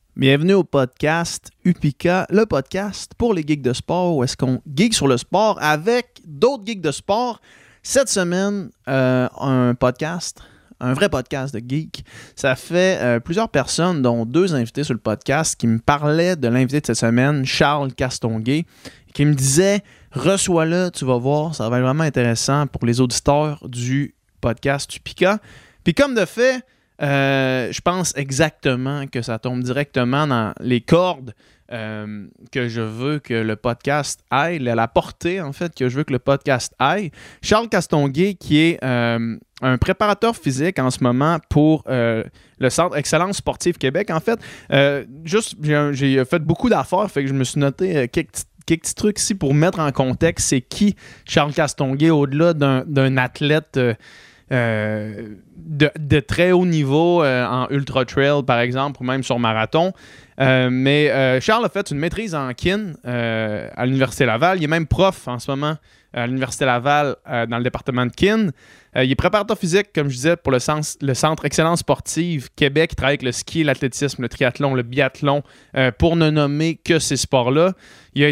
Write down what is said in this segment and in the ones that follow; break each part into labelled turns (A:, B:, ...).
A: Bienvenue au podcast UPICA, le podcast pour les geeks de sport, où est-ce qu'on geek sur le sport avec d'autres geeks de sport. Cette semaine, un vrai podcast de geek. Ça fait plusieurs personnes, dont deux invités sur le podcast, qui me parlaient de l'invité de cette semaine, Charles Castonguay, qui me disait « Reçois-le, tu vas voir, ça va être vraiment intéressant pour les auditeurs du podcast UPICA. » Puis comme de fait, je pense exactement que ça tombe directement dans les cordes que je veux que le podcast aille, la portée en fait que je veux que le podcast aille. Charles Castonguay, qui est un préparateur physique en ce moment pour le Centre Excellence Sportive Québec. En fait, j'ai fait beaucoup d'affaires, fait que je me suis noté quelques petits trucs ici pour mettre en contexte c'est qui Charles Castonguay au-delà d'un athlète de très haut niveau en ultra trail par exemple ou même sur marathon. Mais Charles a fait une maîtrise en kin à l'Université Laval. Il est même prof en ce moment à l'Université Laval dans le département de kin. Il est préparateur physique, comme je disais, pour le Centre Excellence Sportive Québec. Il travaille avec le ski, l'athlétisme, le triathlon, le biathlon, pour ne nommer que ces sports-là. Il a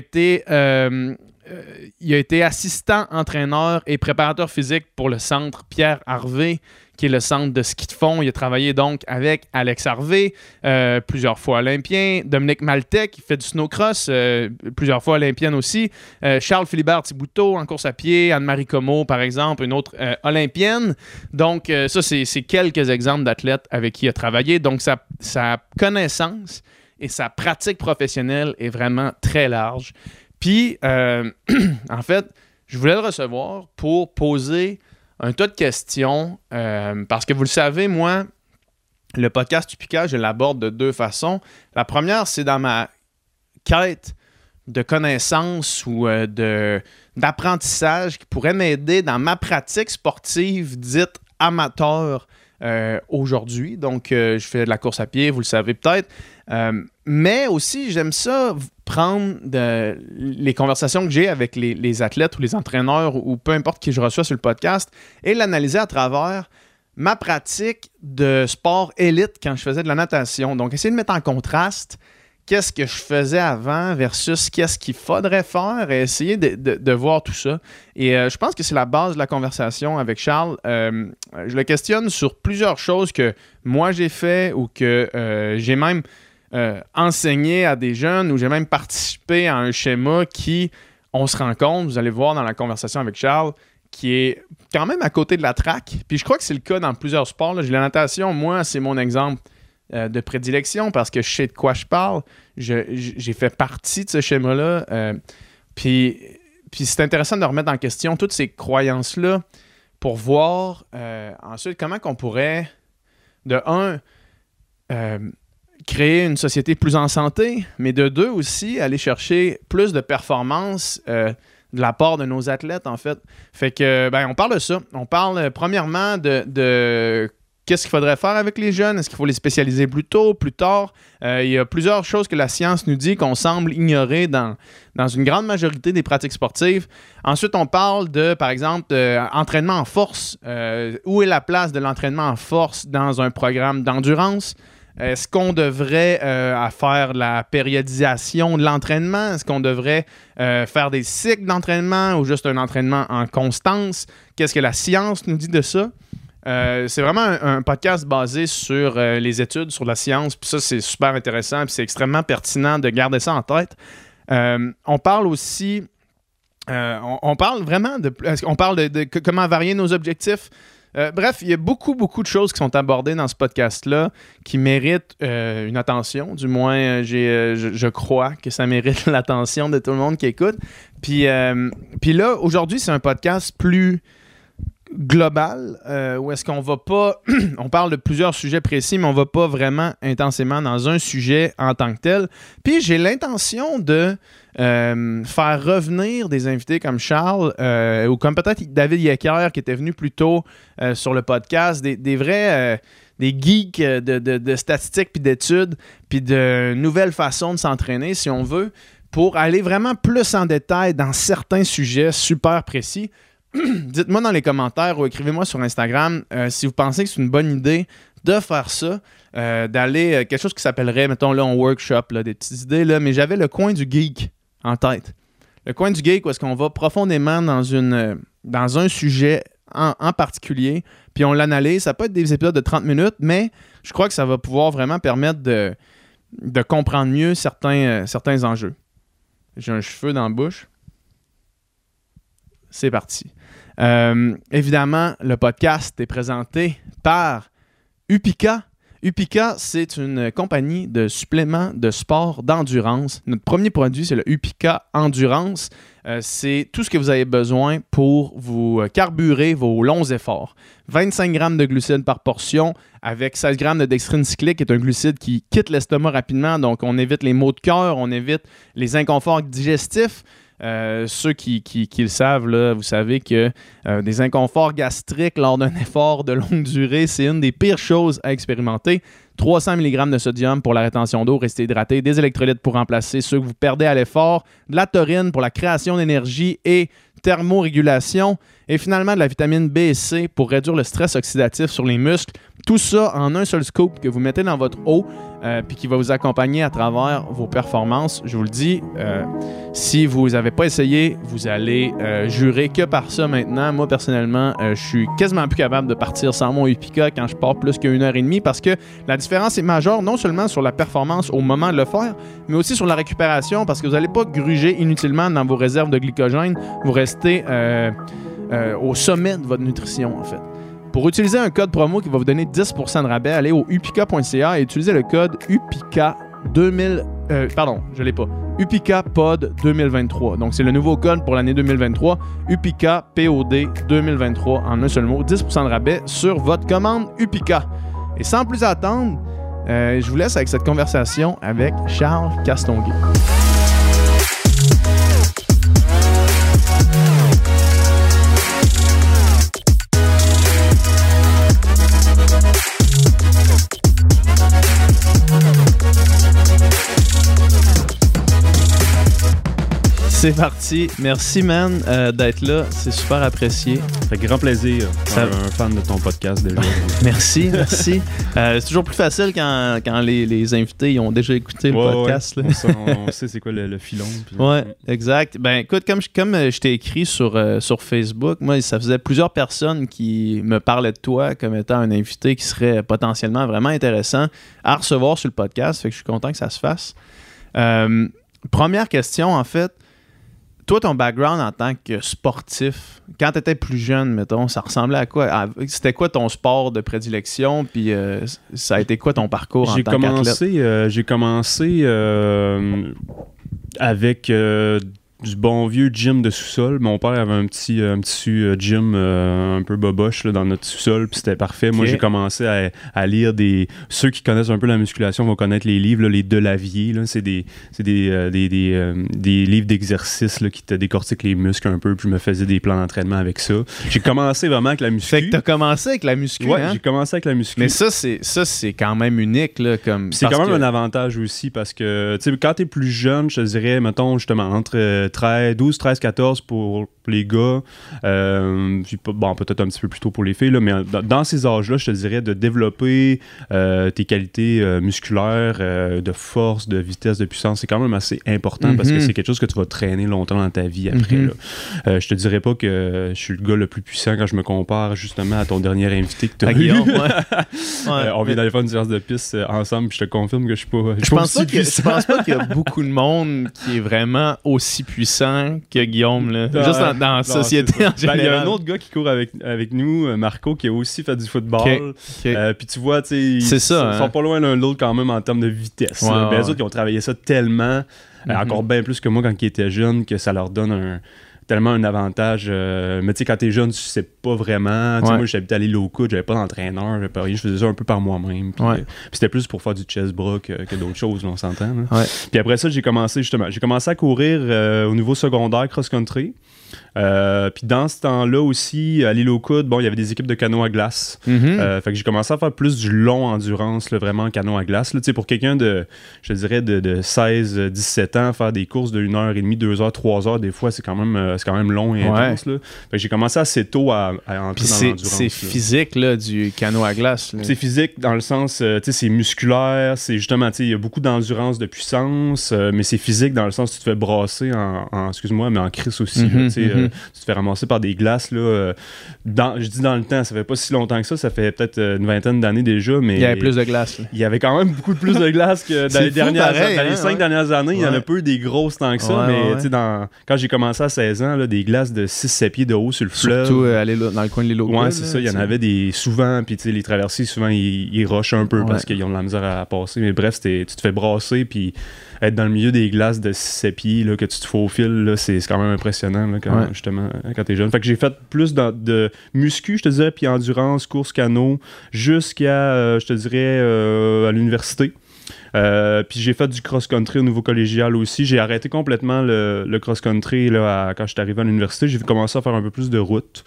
A: été assistant entraîneur et préparateur physique pour le centre Pierre Harvey, qui est le centre de ski de fond. Il a travaillé donc avec Alex Harvey, plusieurs fois olympien. Dominique Maltais, qui fait du snowcross, plusieurs fois olympienne aussi. Charles Philibert Thibouteau en course à pied. Anne-Marie Comeau, par exemple, une autre olympienne. Donc, ça, c'est quelques exemples d'athlètes avec qui il a travaillé. Donc, sa connaissance et sa pratique professionnelle est vraiment très large. Puis, en fait, je voulais le recevoir pour poser un tas de questions parce que vous le savez, moi, le podcast UPICA, je l'aborde de deux façons. La première, c'est dans ma quête de connaissances ou d'apprentissage qui pourrait m'aider dans ma pratique sportive dite amateur aujourd'hui. Donc, je fais de la course à pied, vous le savez peut-être. Mais aussi, j'aime ça prendre les conversations que j'ai avec les athlètes ou les entraîneurs ou peu importe qui je reçois sur le podcast et l'analyser à travers ma pratique de sport élite quand je faisais de la natation. Donc, essayer de mettre en contraste qu'est-ce que je faisais avant versus qu'est-ce qu'il faudrait faire et essayer de voir tout ça. Et je pense que c'est la base de la conversation avec Charles. Je le questionne sur plusieurs choses que moi j'ai fait ou que j'ai même enseigné à des jeunes ou j'ai même participé à un schéma qui, on se rend compte, vous allez voir dans la conversation avec Charles, qui est quand même à côté de la track. Puis je crois que c'est le cas dans plusieurs sports. Là. La natation, moi, c'est mon exemple de prédilection parce que je sais de quoi je parle. J'ai fait partie de ce schéma-là. Puis c'est intéressant de remettre en question toutes ces croyances-là pour voir ensuite comment qu'on pourrait, de un, créer une société plus en santé, mais de deux aussi, aller chercher plus de performance de la part de nos athlètes, en fait. Fait que, on parle de ça. On parle premièrement de qu'est-ce qu'il faudrait faire avec les jeunes? Est-ce qu'il faut les spécialiser plus tôt, plus tard? Il y a plusieurs choses que la science nous dit qu'on semble ignorer dans une grande majorité des pratiques sportives. Ensuite, on parle par exemple, entraînement en force. Où est la place de l'entraînement en force dans un programme d'endurance? Est-ce qu'on devrait faire la périodisation de l'entraînement? Est-ce qu'on devrait faire des cycles d'entraînement ou juste un entraînement en constance? Qu'est-ce que la science nous dit de ça? C'est vraiment un podcast basé sur les études, sur la science, puis ça, c'est super intéressant, puis c'est extrêmement pertinent de garder ça en tête. On parle aussi, on parle vraiment on parle de comment varier nos objectifs. Bref, il y a beaucoup de choses qui sont abordées dans ce podcast-là qui méritent une attention. Du moins, je crois que ça mérite l'attention de tout le monde qui écoute. Puis là, aujourd'hui, c'est un podcast plus global, où est-ce qu'on va pas... on parle de plusieurs sujets précis, mais on va pas vraiment intensément dans un sujet en tant que tel. Puis j'ai l'intention de faire revenir des invités comme Charles ou comme peut-être David Yecker qui était venu plus tôt sur le podcast, des vrais... des geeks de statistiques puis d'études puis de nouvelles façons de s'entraîner, si on veut, pour aller vraiment plus en détail dans certains sujets super précis. Dites-moi dans les commentaires ou écrivez-moi sur Instagram si vous pensez que c'est une bonne idée de faire ça, d'aller quelque chose qui s'appellerait, mettons là, en workshop, là, des petites idées, là, mais j'avais le coin du geek en tête. Le coin du geek où est-ce qu'on va profondément dans un sujet en particulier, puis on l'analyse. Ça peut être des épisodes de 30 minutes, mais je crois que ça va pouvoir vraiment permettre de comprendre mieux certains enjeux. J'ai un cheveu dans la bouche. C'est parti. Évidemment, le podcast est présenté par Upika. Upika, c'est une compagnie de suppléments de sport d'endurance. Notre premier produit, c'est le Upika Endurance. C'est tout ce que vous avez besoin pour vous carburer vos longs efforts. 25 grammes de glucides par portion avec 16 grammes de dextrine cyclique, qui est un glucide qui quitte l'estomac rapidement. Donc, on évite les maux de cœur, on évite les inconforts digestifs. Ceux qui le savent, là, vous savez que des inconforts gastriques lors d'un effort de longue durée, c'est une des pires choses à expérimenter. 300 mg de sodium pour la rétention d'eau, rester hydraté, des électrolytes pour remplacer ceux que vous perdez à l'effort, de la taurine pour la création d'énergie et thermorégulation, et finalement de la vitamine B et C pour réduire le stress oxydatif sur les muscles. Tout ça en un seul scoop que vous mettez dans votre eau puis qui va vous accompagner à travers vos performances. Je vous le dis, si vous n'avez pas essayé, vous allez jurer que par ça maintenant. Moi, personnellement, je suis quasiment plus capable de partir sans mon Upika quand je pars plus qu'une heure et demie parce que la différence est majeure, non seulement sur la performance au moment de le faire, mais aussi sur la récupération parce que vous n'allez pas gruger inutilement dans vos réserves de glycogène. Vous restez au sommet de votre nutrition, en fait. Pour utiliser un code promo qui va vous donner 10% de rabais, allez au upika.ca et utilisez le code UPICA2000. Je l'ai pas. UPICAPOD 2023. Donc, c'est le nouveau code pour l'année 2023. UPICAPOD 2023 en un seul mot. 10% de rabais sur votre commande Upika. Et sans plus attendre, je vous laisse avec cette conversation avec Charles Castonguay. C'est parti. Merci, man, d'être là. C'est super apprécié.
B: Ça fait grand plaisir. Un fan de ton podcast déjà.
A: Merci. C'est toujours plus facile quand les invités ils ont déjà écouté le podcast.
B: Ouais. On sait c'est quoi le filon. Puis...
A: Ouais, exact. Ben écoute, comme je t'ai écrit sur Facebook, moi, ça faisait plusieurs personnes qui me parlaient de toi comme étant un invité qui serait potentiellement vraiment intéressant à recevoir sur le podcast. Fait que je suis content que ça se fasse. Première question, en fait. Toi, ton background en tant que sportif, quand tu étais plus jeune, mettons, ça ressemblait à quoi? C'était quoi ton sport de prédilection? Puis ça a été quoi ton parcours en tant qu'athlète?
B: J'ai commencé avec du bon vieux gym de sous-sol. Mon père avait un petit gym un peu boboche là, dans notre sous-sol, puis c'était parfait. Okay. Moi, j'ai commencé à lire ceux qui connaissent un peu la musculation vont connaître les livres, là, les Delavier. Là, c'est des livres d'exercices là, qui te décortiquent les muscles un peu, puis je me faisais des plans d'entraînement avec ça. J'ai commencé vraiment avec la muscu.
A: Fait que t'as commencé avec la muscu,
B: ouais,
A: hein?
B: J'ai commencé avec la muscu.
A: Mais ça, c'est quand même unique. Là, c'est
B: quand même un avantage aussi, parce que quand t'es plus jeune, je te dirais, mettons, justement, entre 12, 13, 14 pour les gars, puis peut-être un petit peu plus tôt pour les filles, là, mais dans ces âges-là, je te dirais de développer tes qualités musculaires, de force, de vitesse, de puissance, c'est quand même assez important parce que c'est quelque chose que tu vas traîner longtemps dans ta vie après. Là. Je te dirais pas que je suis le gars le plus puissant quand je me compare justement à ton dernier invité que tu as eu. On vient d'aller faire une séance de piste ensemble, puis je te confirme que je suis pas
A: je pense pas qu'il y a beaucoup de monde qui est vraiment aussi puissant que Guillaume, là. Juste dans la société en général.
B: Il y a un autre gars qui court avec nous, Marco, qui a aussi fait du football. Okay. Puis tu vois, ils sont pas loin l'un de l'autre quand même en termes de vitesse. Les autres, ils ont travaillé ça tellement, encore bien plus que moi quand ils étaient jeunes, que ça leur donne tellement un avantage. Mais tu sais, quand t'es jeune, tu sais pas vraiment. Moi, j'habitais à l'île aux Coudes, j'avais pas d'entraîneur, j'avais pas rien, je faisais ça un peu par moi-même. Puis c'était plus pour faire du chest-bras que d'autres choses, là, on s'entend. Puis après ça, j'ai commencé à courir au niveau secondaire cross-country. Puis dans ce temps-là aussi, à l'île aux Coudes, il y avait des équipes de canot à glace. Fait que j'ai commencé à faire plus du long endurance, là, vraiment canot à glace. Là, pour quelqu'un de 16-17 ans, faire des courses de 1h30, 2h, 3h, des fois, c'est quand même c'est quand même long et intense. Là. Fait que j'ai commencé assez tôt à entrer dans l'endurance.
A: C'est physique, là, du canot à glace. Là.
B: C'est physique dans le sens, c'est musculaire, c'est justement, il y a beaucoup d'endurance, de puissance, mais c'est physique dans le sens que tu te fais brasser excuse-moi, mais en crisse aussi. Là, tu te fais ramasser par des glaces. Là, je dis dans le temps, ça fait pas si longtemps que ça fait peut-être une vingtaine d'années déjà, mais...
A: Il y avait plus de glace. Là.
B: Il y avait quand même beaucoup plus de glace que dans les 5 dernières années. Il y en a peu des grosses tant que ça, mais quand j'ai commencé à 16 ans, là, des glaces de 6-7 pieds de haut sur le fleuve.
A: Surtout aller dans le coin de l'île aux
B: Ouais, c'est ça. Il y en avait des souvent, puis les traversées, souvent, ils rushent un peu parce qu'ils ont de la misère à passer. Mais bref, tu te fais brasser, puis être dans le milieu des glaces de 6-7 pieds, là, que tu te faufiles, là, c'est quand même impressionnant là, quand t'es jeune. Fait que j'ai fait plus de muscu, je te dirais, puis endurance, course, canot, jusqu'à, je te dirais, à l'université. Puis j'ai fait du cross-country au niveau collégial aussi. J'ai arrêté complètement le cross-country là, quand je suis arrivé à l'université. J'ai commencé à faire un peu plus de route.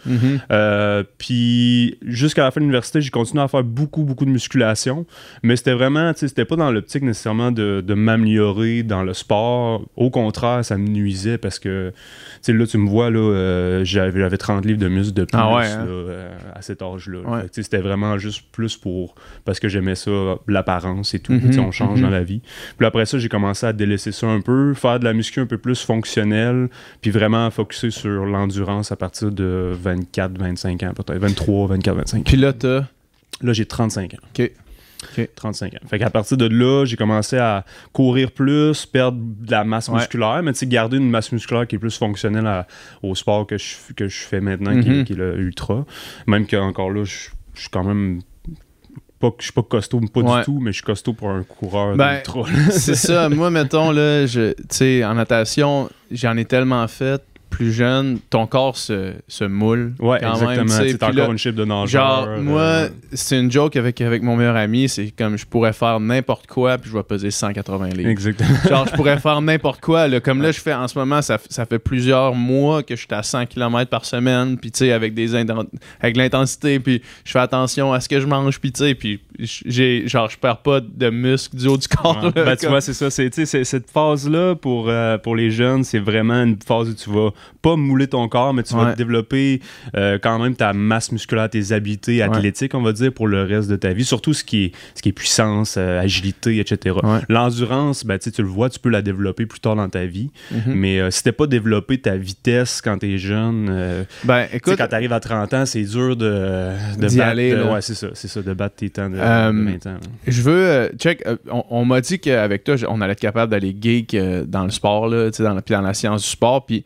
B: Puis jusqu'à la fin de l'université, j'ai continué à faire beaucoup de musculation. Mais c'était vraiment, c'était pas dans l'optique nécessairement de m'améliorer dans le sport. Au contraire, ça me nuisait parce que là, tu me vois, là, j'avais 30 livres de muscles de plus à cet âge-là. C'était vraiment juste plus parce que j'aimais ça, l'apparence et tout. On change dans la vie. Puis après ça, j'ai commencé à délaisser ça un peu, faire de la muscu un peu plus fonctionnelle, puis vraiment focusser sur l'endurance à partir de 24-25 ans, peut-être 23, 24, 25 ans.
A: Puis là,
B: Là, j'ai 35 ans.
A: OK.
B: 35 ans. Fait qu'à partir de là, j'ai commencé à courir plus, perdre de la masse musculaire, mais garder une masse musculaire qui est plus fonctionnelle au sport que je fais maintenant, qui est le ultra. Même qu'encore là, je suis quand même... Je suis pas costaud, pas du tout, mais je suis costaud pour un coureur d'ultra.
A: C'est ça. Moi, mettons, là, en natation, j'en ai tellement fait. Plus jeune, ton corps se moule.
B: Ouais,
A: quand
B: exactement.
A: Même,
B: t'es encore une chip de nageur.
A: Genre, moi, c'est une joke avec mon meilleur ami. C'est comme je pourrais faire n'importe quoi, puis je vais peser 180 livres.
B: Exactement.
A: Genre, je pourrais faire n'importe quoi. Là. Comme là, je fais en ce moment, ça fait plusieurs mois que je suis à 100 km par semaine, puis tu sais, avec l'intensité, puis je fais attention à ce que je mange, puis tu sais, puis je perds pas de muscles du haut du corps.
B: Là, tu vois, c'est ça. Cette phase-là, pour les jeunes, c'est vraiment une phase où tu vas pas mouler ton corps, mais tu vas développer quand même ta masse musculaire, tes habiletés athlétiques, on va dire, pour le reste de ta vie. Surtout ce qui est puissance, agilité, etc. L'endurance, tu le vois, tu peux la développer plus tard dans ta vie. Mais si t'as pas développé ta vitesse quand t'es jeune,
A: écoute,
B: quand t'arrives à 30 ans, c'est dur de
A: d'y
B: battre,
A: aller.
B: c'est ça, de battre tes temps de 20 ans.
A: Je veux, on m'a dit qu'avec toi, on allait être capable d'aller geek dans le sport, là, dans la science du sport, puis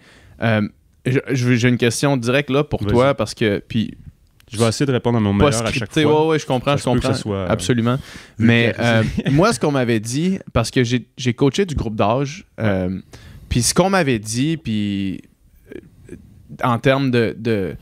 A: j'ai une question directe là pour toi parce que
B: je vais essayer de répondre à mon meilleur à chaque fois.
A: Ouais, je comprends. Absolument. Mais moi, ce qu'on m'avait dit, parce que j'ai coaché du groupe d'âge, puis ce qu'on m'avait dit, puis en termes de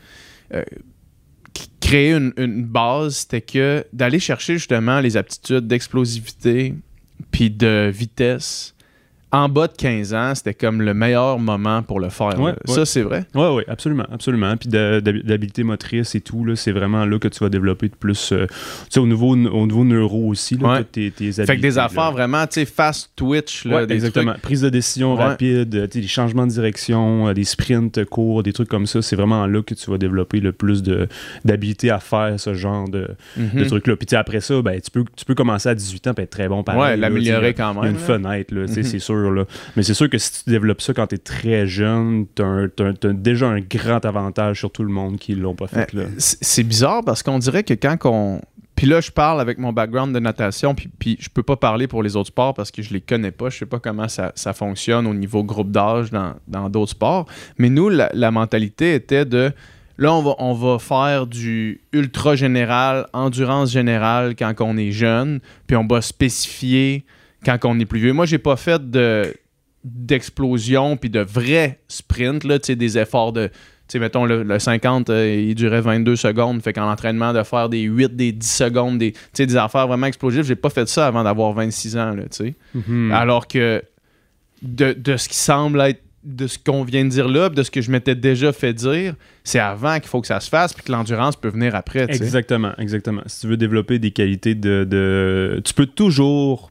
A: créer une base, c'était que d'aller chercher justement les aptitudes d'explosivité puis de vitesse en bas de 15 ans, c'était comme le meilleur moment pour le faire. Ça, c'est vrai?
B: Oui, absolument. Puis d'habileté motrice et tout, là, c'est vraiment là que tu vas développer de plus. Au niveau neuro aussi, là, tes habiletés.
A: Fait que des affaires vraiment, fast twitch. Là, des
B: exactement.
A: Trucs...
B: Prise de décision rapide, des changements de direction, des sprints courts, des trucs comme ça. C'est vraiment là que tu vas développer le plus d'habileté à faire ce genre de trucs-là. Puis après ça, tu peux commencer à 18 ans et être très bon pareil.
A: Ouais, l'améliorer quand même.
B: Il y a une fenêtre, là, c'est sûr. Là. Mais c'est sûr que si tu développes ça quand tu es très jeune, tu as déjà un grand avantage sur tout le monde qui l'ont pas fait. Là.
A: C'est bizarre parce qu'on dirait que quand puis là, je parle avec mon background de natation, puis je peux pas parler pour les autres sports parce que je les connais pas. Je sais pas comment ça fonctionne au niveau groupe d'âge dans d'autres sports. Mais nous, la mentalité était de... Là, on va faire du ultra général, endurance générale quand on est jeune, puis on va spécifier quand on est plus vieux. Moi, j'ai pas fait d'explosion puis de vrais sprints, là, des efforts de... mettons, le 50, il durait 22 secondes. Fait qu'en entraînement, de faire des 8, des 10 secondes, des affaires vraiment explosives, j'ai pas fait ça avant d'avoir 26 ans, là, Alors que de ce qui semble être de ce qu'on vient de dire là, de ce que je m'étais déjà fait dire, c'est avant qu'il faut que ça se fasse, puis que l'endurance peut venir après.
B: Exactement. Si tu veux développer des qualités tu peux toujours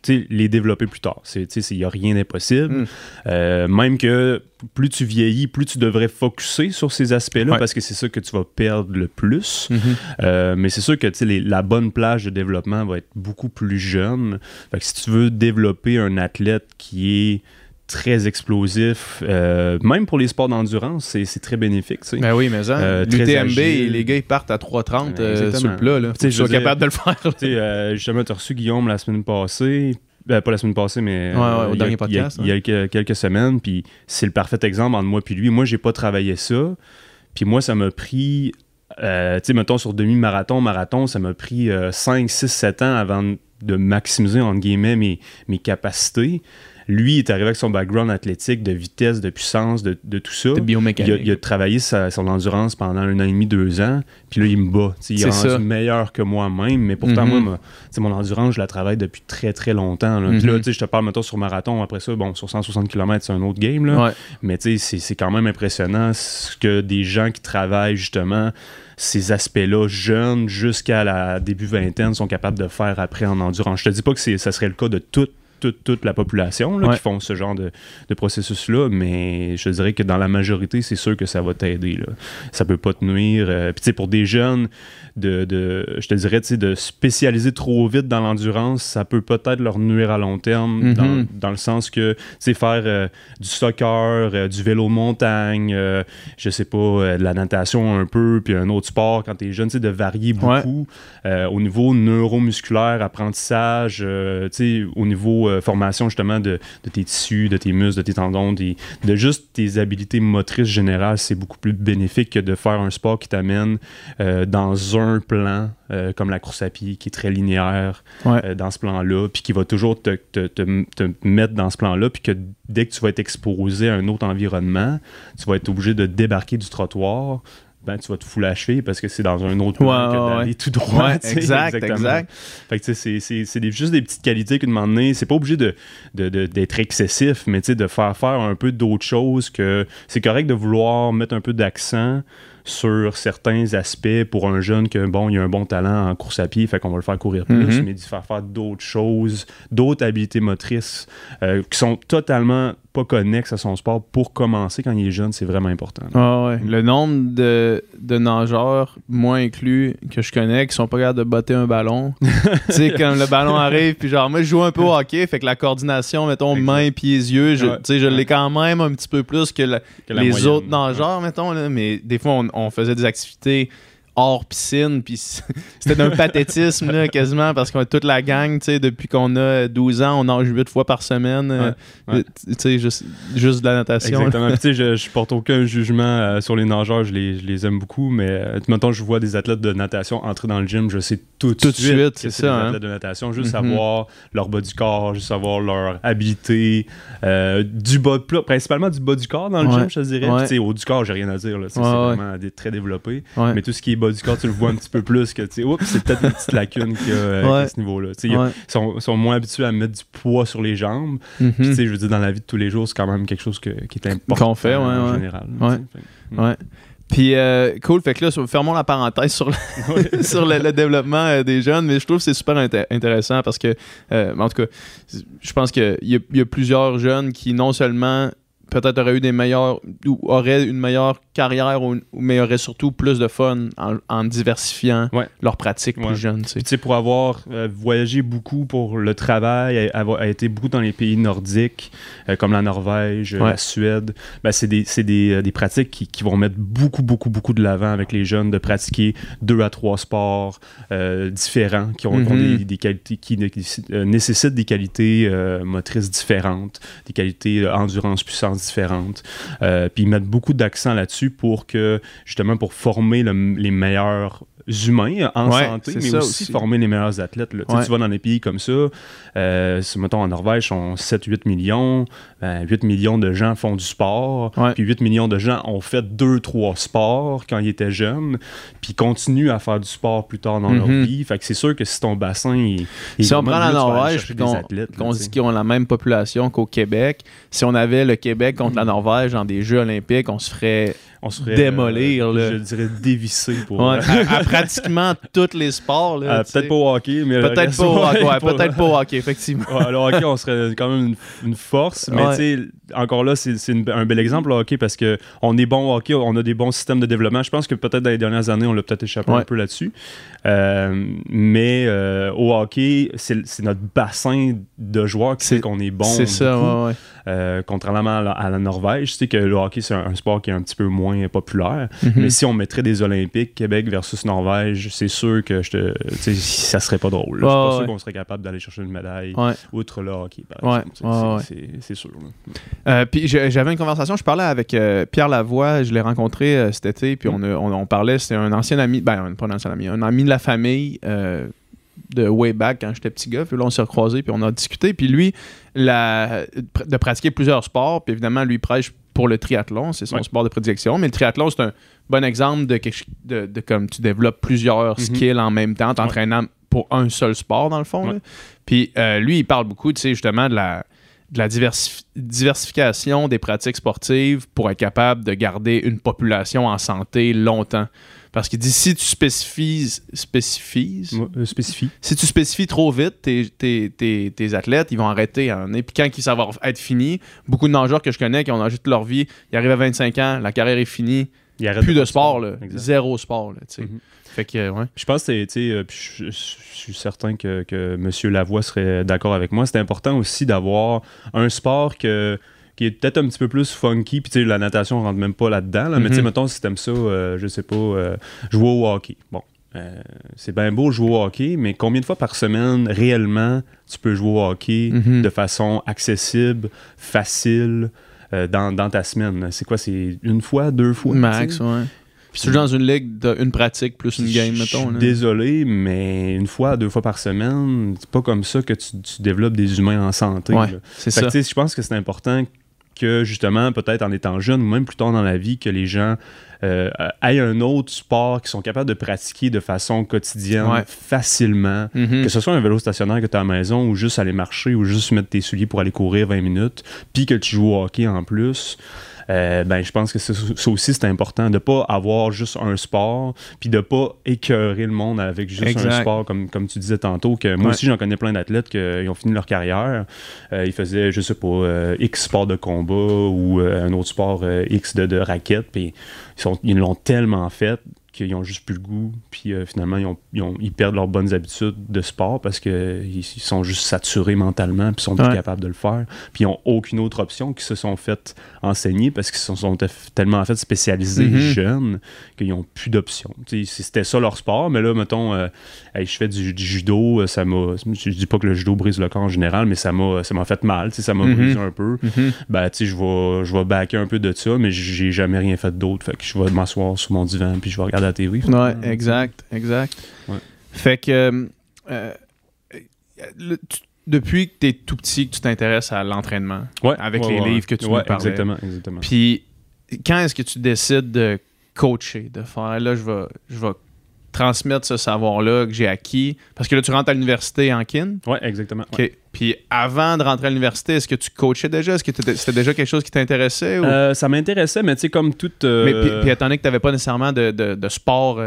B: les développer plus tard. Il n'y a rien d'impossible. Même que plus tu vieillis, plus tu devrais focusser sur ces aspects-là parce que c'est ça que tu vas perdre le plus. Mais c'est sûr que la bonne plage de développement va être beaucoup plus jeune. Fait que si tu veux développer un athlète qui est très explosif, même pour les sports d'endurance, c'est très bénéfique. T'sais.
A: Ben oui, mais l'UTMB, les gars, ils partent à 3,30 sur le plat. Là. Tu sois capable de le faire.
B: Justement, tu as reçu Guillaume la semaine passée. Pas la semaine passée, mais
A: au dernier podcast.
B: Il y a quelques semaines. Puis c'est le parfait exemple entre moi et lui. Moi, j'ai pas travaillé ça. Puis moi, ça m'a pris... mettons, sur demi-marathon, marathon, ça m'a pris 5, 6, 7 ans avant de maximiser, entre guillemets, mes capacités. Lui, il est arrivé avec son background athlétique, de vitesse, de puissance, de tout ça.
A: De biomécanique.
B: Il a travaillé son endurance pendant 1 an et demi, 2 ans. Puis là, il me bat. Il est rendu meilleur que moi-même. Mais pourtant, moi, mon endurance, je la travaille depuis très, très longtemps. Là. Puis là, je te parle, mettons, sur marathon. Après ça, sur 160 km, c'est un autre game. Là. Mais c'est quand même impressionnant ce que des gens qui travaillent, justement, ces aspects-là, jeunes, jusqu'à la début vingtaine, sont capables de faire après en endurance. Je te dis pas que ça serait le cas de toute la population là, qui font ce genre de processus-là, mais je dirais que dans la majorité, c'est sûr que ça va t'aider. Là. Ça peut pas te nuire. Puis tu sais, pour des jeunes, je te dirais, de spécialiser trop vite dans l'endurance, ça peut peut-être leur nuire à long terme, dans le sens que, tu sais, faire du soccer, du vélo de montagne, je sais pas, de la natation un peu, puis un autre sport, quand t'es jeune, tu sais, de varier beaucoup au niveau neuromusculaire, apprentissage, tu sais, au niveau formation justement de tes tissus, de tes muscles, de tes tendons, de juste tes habiletés motrices générales, c'est beaucoup plus bénéfique que de faire un sport qui t'amène dans un plan comme la course à pied qui est très linéaire dans ce plan-là, puis qui va toujours te mettre dans ce plan-là, puis que dès que tu vas être exposé à un autre environnement, tu vas être obligé de débarquer du trottoir. Ben, tu vas te fouler la cheville parce que c'est dans un autre plan que d'aller tout droit.
A: Exact.
B: Fait que c'est juste des petites qualités qu'à un moment donné, c'est pas obligé d'être excessif, mais de faire un peu d'autres choses, que c'est correct de vouloir mettre un peu d'accent sur certains aspects pour un jeune que, bon, il a un bon talent en course à pied, fait qu'on va le faire courir plus, mais d'y faire d'autres choses, d'autres habiletés motrices qui sont totalement pas connexes à son sport pour commencer quand il est jeune, c'est vraiment important.
A: Le nombre de nageurs, moi inclus, que je connais, qui sont pas capables de botter un ballon. Tu sais, quand le ballon arrive, puis genre, moi, je joue un peu au hockey, fait que la coordination, mettons, mains, pieds, yeux, je l'ai quand même un petit peu plus que les moyenne. Autres nageurs, mettons, là, mais des fois, on faisait des activités hors piscine, puis c'était d'un pathétisme là, quasiment, parce qu'on a toute la gang, tu sais, depuis qu'on a 12 ans, on nage 8 fois par semaine, tu sais, juste de la natation.
B: Exactement. Tu sais, je porte aucun jugement sur les nageurs, je les aime beaucoup, mais mettons, je vois des athlètes de natation entrer dans le gym, je sais tout de suite
A: c'est
B: ça, des athlètes de natation, juste savoir leur bas du corps, juste savoir leur habileté, du bas de plat, principalement du bas du corps dans le gym, je te dirais. Puis, tu sais, haut du corps, j'ai rien à dire, là, c'est vraiment très développé, mais tout ce qui est bas du corps, tu le vois un petit peu plus que, tu sais, c'est peut-être une petite lacune qu'il y a à ce niveau-là. Tu sais, ils sont moins habitués à mettre du poids sur les jambes. Puis, tu sais, je veux dire, dans la vie de tous les jours, c'est quand même quelque chose qui est important
A: qu'on fait,
B: en général.
A: Puis, cool. Fait que là, fermons la parenthèse sur le développement des jeunes, mais je trouve que c'est super intéressant parce que, en tout cas, je pense qu'il y a plusieurs jeunes qui, non seulement peut-être auraient une meilleure carrière, mais auraient surtout plus de fun en diversifiant leurs pratiques plus jeunes. Tu
B: sais, pour avoir voyagé beaucoup pour le travail, avoir été beaucoup dans les pays nordiques, comme la Norvège, la Suède, ben c'est des pratiques qui vont mettre beaucoup de l'avant avec les jeunes, de pratiquer 2 à 3 sports différents, qui ont des qualités, qui nécessitent des qualités motrices différentes, des qualités endurance, puissance différentes. Puis ils mettent beaucoup d'accent là-dessus pour former les meilleurs humains en santé, mais aussi former les meilleurs athlètes. Là. Tu vas dans des pays comme ça, mettons en Norvège, sont 7-8 millions, 8 millions de gens font du sport, puis 8 millions de gens ont fait 2-3 sports quand ils étaient jeunes, puis continuent à faire du sport plus tard dans leur vie. Fait que c'est sûr que si ton bassin
A: si on prend la Norvège, puis qu'on dit qu'ils ont la même population qu'au Québec, si on avait le Québec contre la Norvège dans des Jeux olympiques, on se ferait démolir.
B: Je dirais dévisser pour...
A: à pratiquement tous les sports. Là,
B: peut-être pas au hockey, mais...
A: Peut-être pas au hockey, peut-être pas au hockey, effectivement.
B: Le hockey, on serait quand même une force, mais tu sais, encore là, c'est un bel exemple, le hockey, parce qu'on est bon au hockey, on a des bons systèmes de développement. Je pense que peut-être dans les dernières années, on l'a peut-être échappé un peu là-dessus. Mais au hockey, c'est notre bassin de joueurs qui fait qu'on est bon.
A: C'est ça,
B: contrairement à la Norvège, tu sais que le hockey, c'est un sport qui est un petit peu moins populaire. Mais si on mettrait des Olympiques, Québec versus Norvège, c'est sûr que ça serait pas drôle. Je suis pas sûr qu'on serait capable d'aller chercher une médaille outre le hockey, par exemple. C'est sûr.
A: Puis j'avais une conversation, je parlais avec Pierre Lavoie, je l'ai rencontré cet été, puis on parlait, c'était un ancien ami, pas un ancien ami, un ami de la famille de way back quand j'étais petit gars, puis là on s'est recroisés, puis on a discuté, puis lui, de pratiquer plusieurs sports, puis évidemment lui prêche pour le triathlon, c'est son sport de prédilection, mais le triathlon c'est un bon exemple de comme tu développes plusieurs skills en même temps, t'entraînant pour un seul sport dans le fond. Puis lui il parle beaucoup, tu sais, justement de la diversification des pratiques sportives pour être capable de garder une population en santé longtemps. Parce qu'il dit, si tu spécifies trop vite tes athlètes, ils vont arrêter. Puis quand ça va être fini, beaucoup de nageurs que je connais qui ont nagé toute leur vie, ils arrivent à 25 ans, la carrière est finie, plus de sport, là, zéro sport. Là, fait que,
B: je pense que je suis certain que M. Lavoie serait d'accord avec moi. C'est important aussi d'avoir un sport qui est peut-être un petit peu plus funky, puis la natation rentre même pas là-dedans, là, mais mettons, si t'aimes ça, je sais pas, jouer au hockey. Bon, c'est bien beau jouer au hockey, mais combien de fois par semaine, réellement, tu peux jouer au hockey de façon accessible, facile, dans ta semaine? C'est quoi, c'est une fois, 2 fois?
A: Max, Puis tu joues dans une ligue d'une pratique plus une game, mettons.
B: Je suis désolé, mais une fois, 2 fois par semaine, c'est pas comme ça que tu développes des humains en santé.
A: C'est ça.
B: Je pense que c'est important que, justement, peut-être en étant jeune ou même plus tard dans la vie, que les gens aient un autre sport qu'ils sont capables de pratiquer de façon quotidienne, facilement. Que ce soit un vélo stationnaire que tu as à la maison ou juste aller marcher ou juste mettre tes souliers pour aller courir 20 minutes, puis que tu joues au hockey en plus. Je pense que ça aussi c'est important de pas avoir juste un sport puis de pas écœurer le monde avec juste un sport comme tu disais tantôt, que moi aussi j'en connais plein d'athlètes qui ont fini leur carrière, ils faisaient je sais pas X sport de combat ou un autre sport X de raquette, puis ils l'ont tellement fait qu'ils ont juste plus le goût, puis finalement ils perdent leurs bonnes habitudes de sport parce qu'ils sont juste saturés mentalement, puis ils sont plus capables de le faire, puis ils n'ont aucune autre option, qu'ils se sont fait enseigner parce qu'ils se sont tellement fait spécialisés jeunes qu'ils n'ont plus d'options. C'était ça leur sport, mais là mettons je fais du judo, je dis pas que le judo brise le corps en général, mais ça m'a fait mal, ça m'a brisé un peu. Je vais backer un peu de ça, mais j'ai jamais rien fait d'autre, fait que je vais m'asseoir sur mon divan puis je vais regarder la TV.
A: Exact.
B: Ouais.
A: Fait que depuis que tu es tout petit, que tu t'intéresses à l'entraînement avec les livres que tu nous parlais.
B: Exactement.
A: Puis quand est-ce que tu décides de coacher, de faire là, je vais transmettre ce savoir-là que j'ai acquis? Parce que là, tu rentres à l'université en kin.
B: Oui, exactement.
A: Okay. Ouais. Puis avant de rentrer à l'université, est-ce que tu coachais déjà? Est-ce que c'était déjà quelque chose qui t'intéressait? Ou?
B: Ça m'intéressait, mais tu sais, comme toute...
A: Mais puis étant donné que tu n'avais pas nécessairement de sport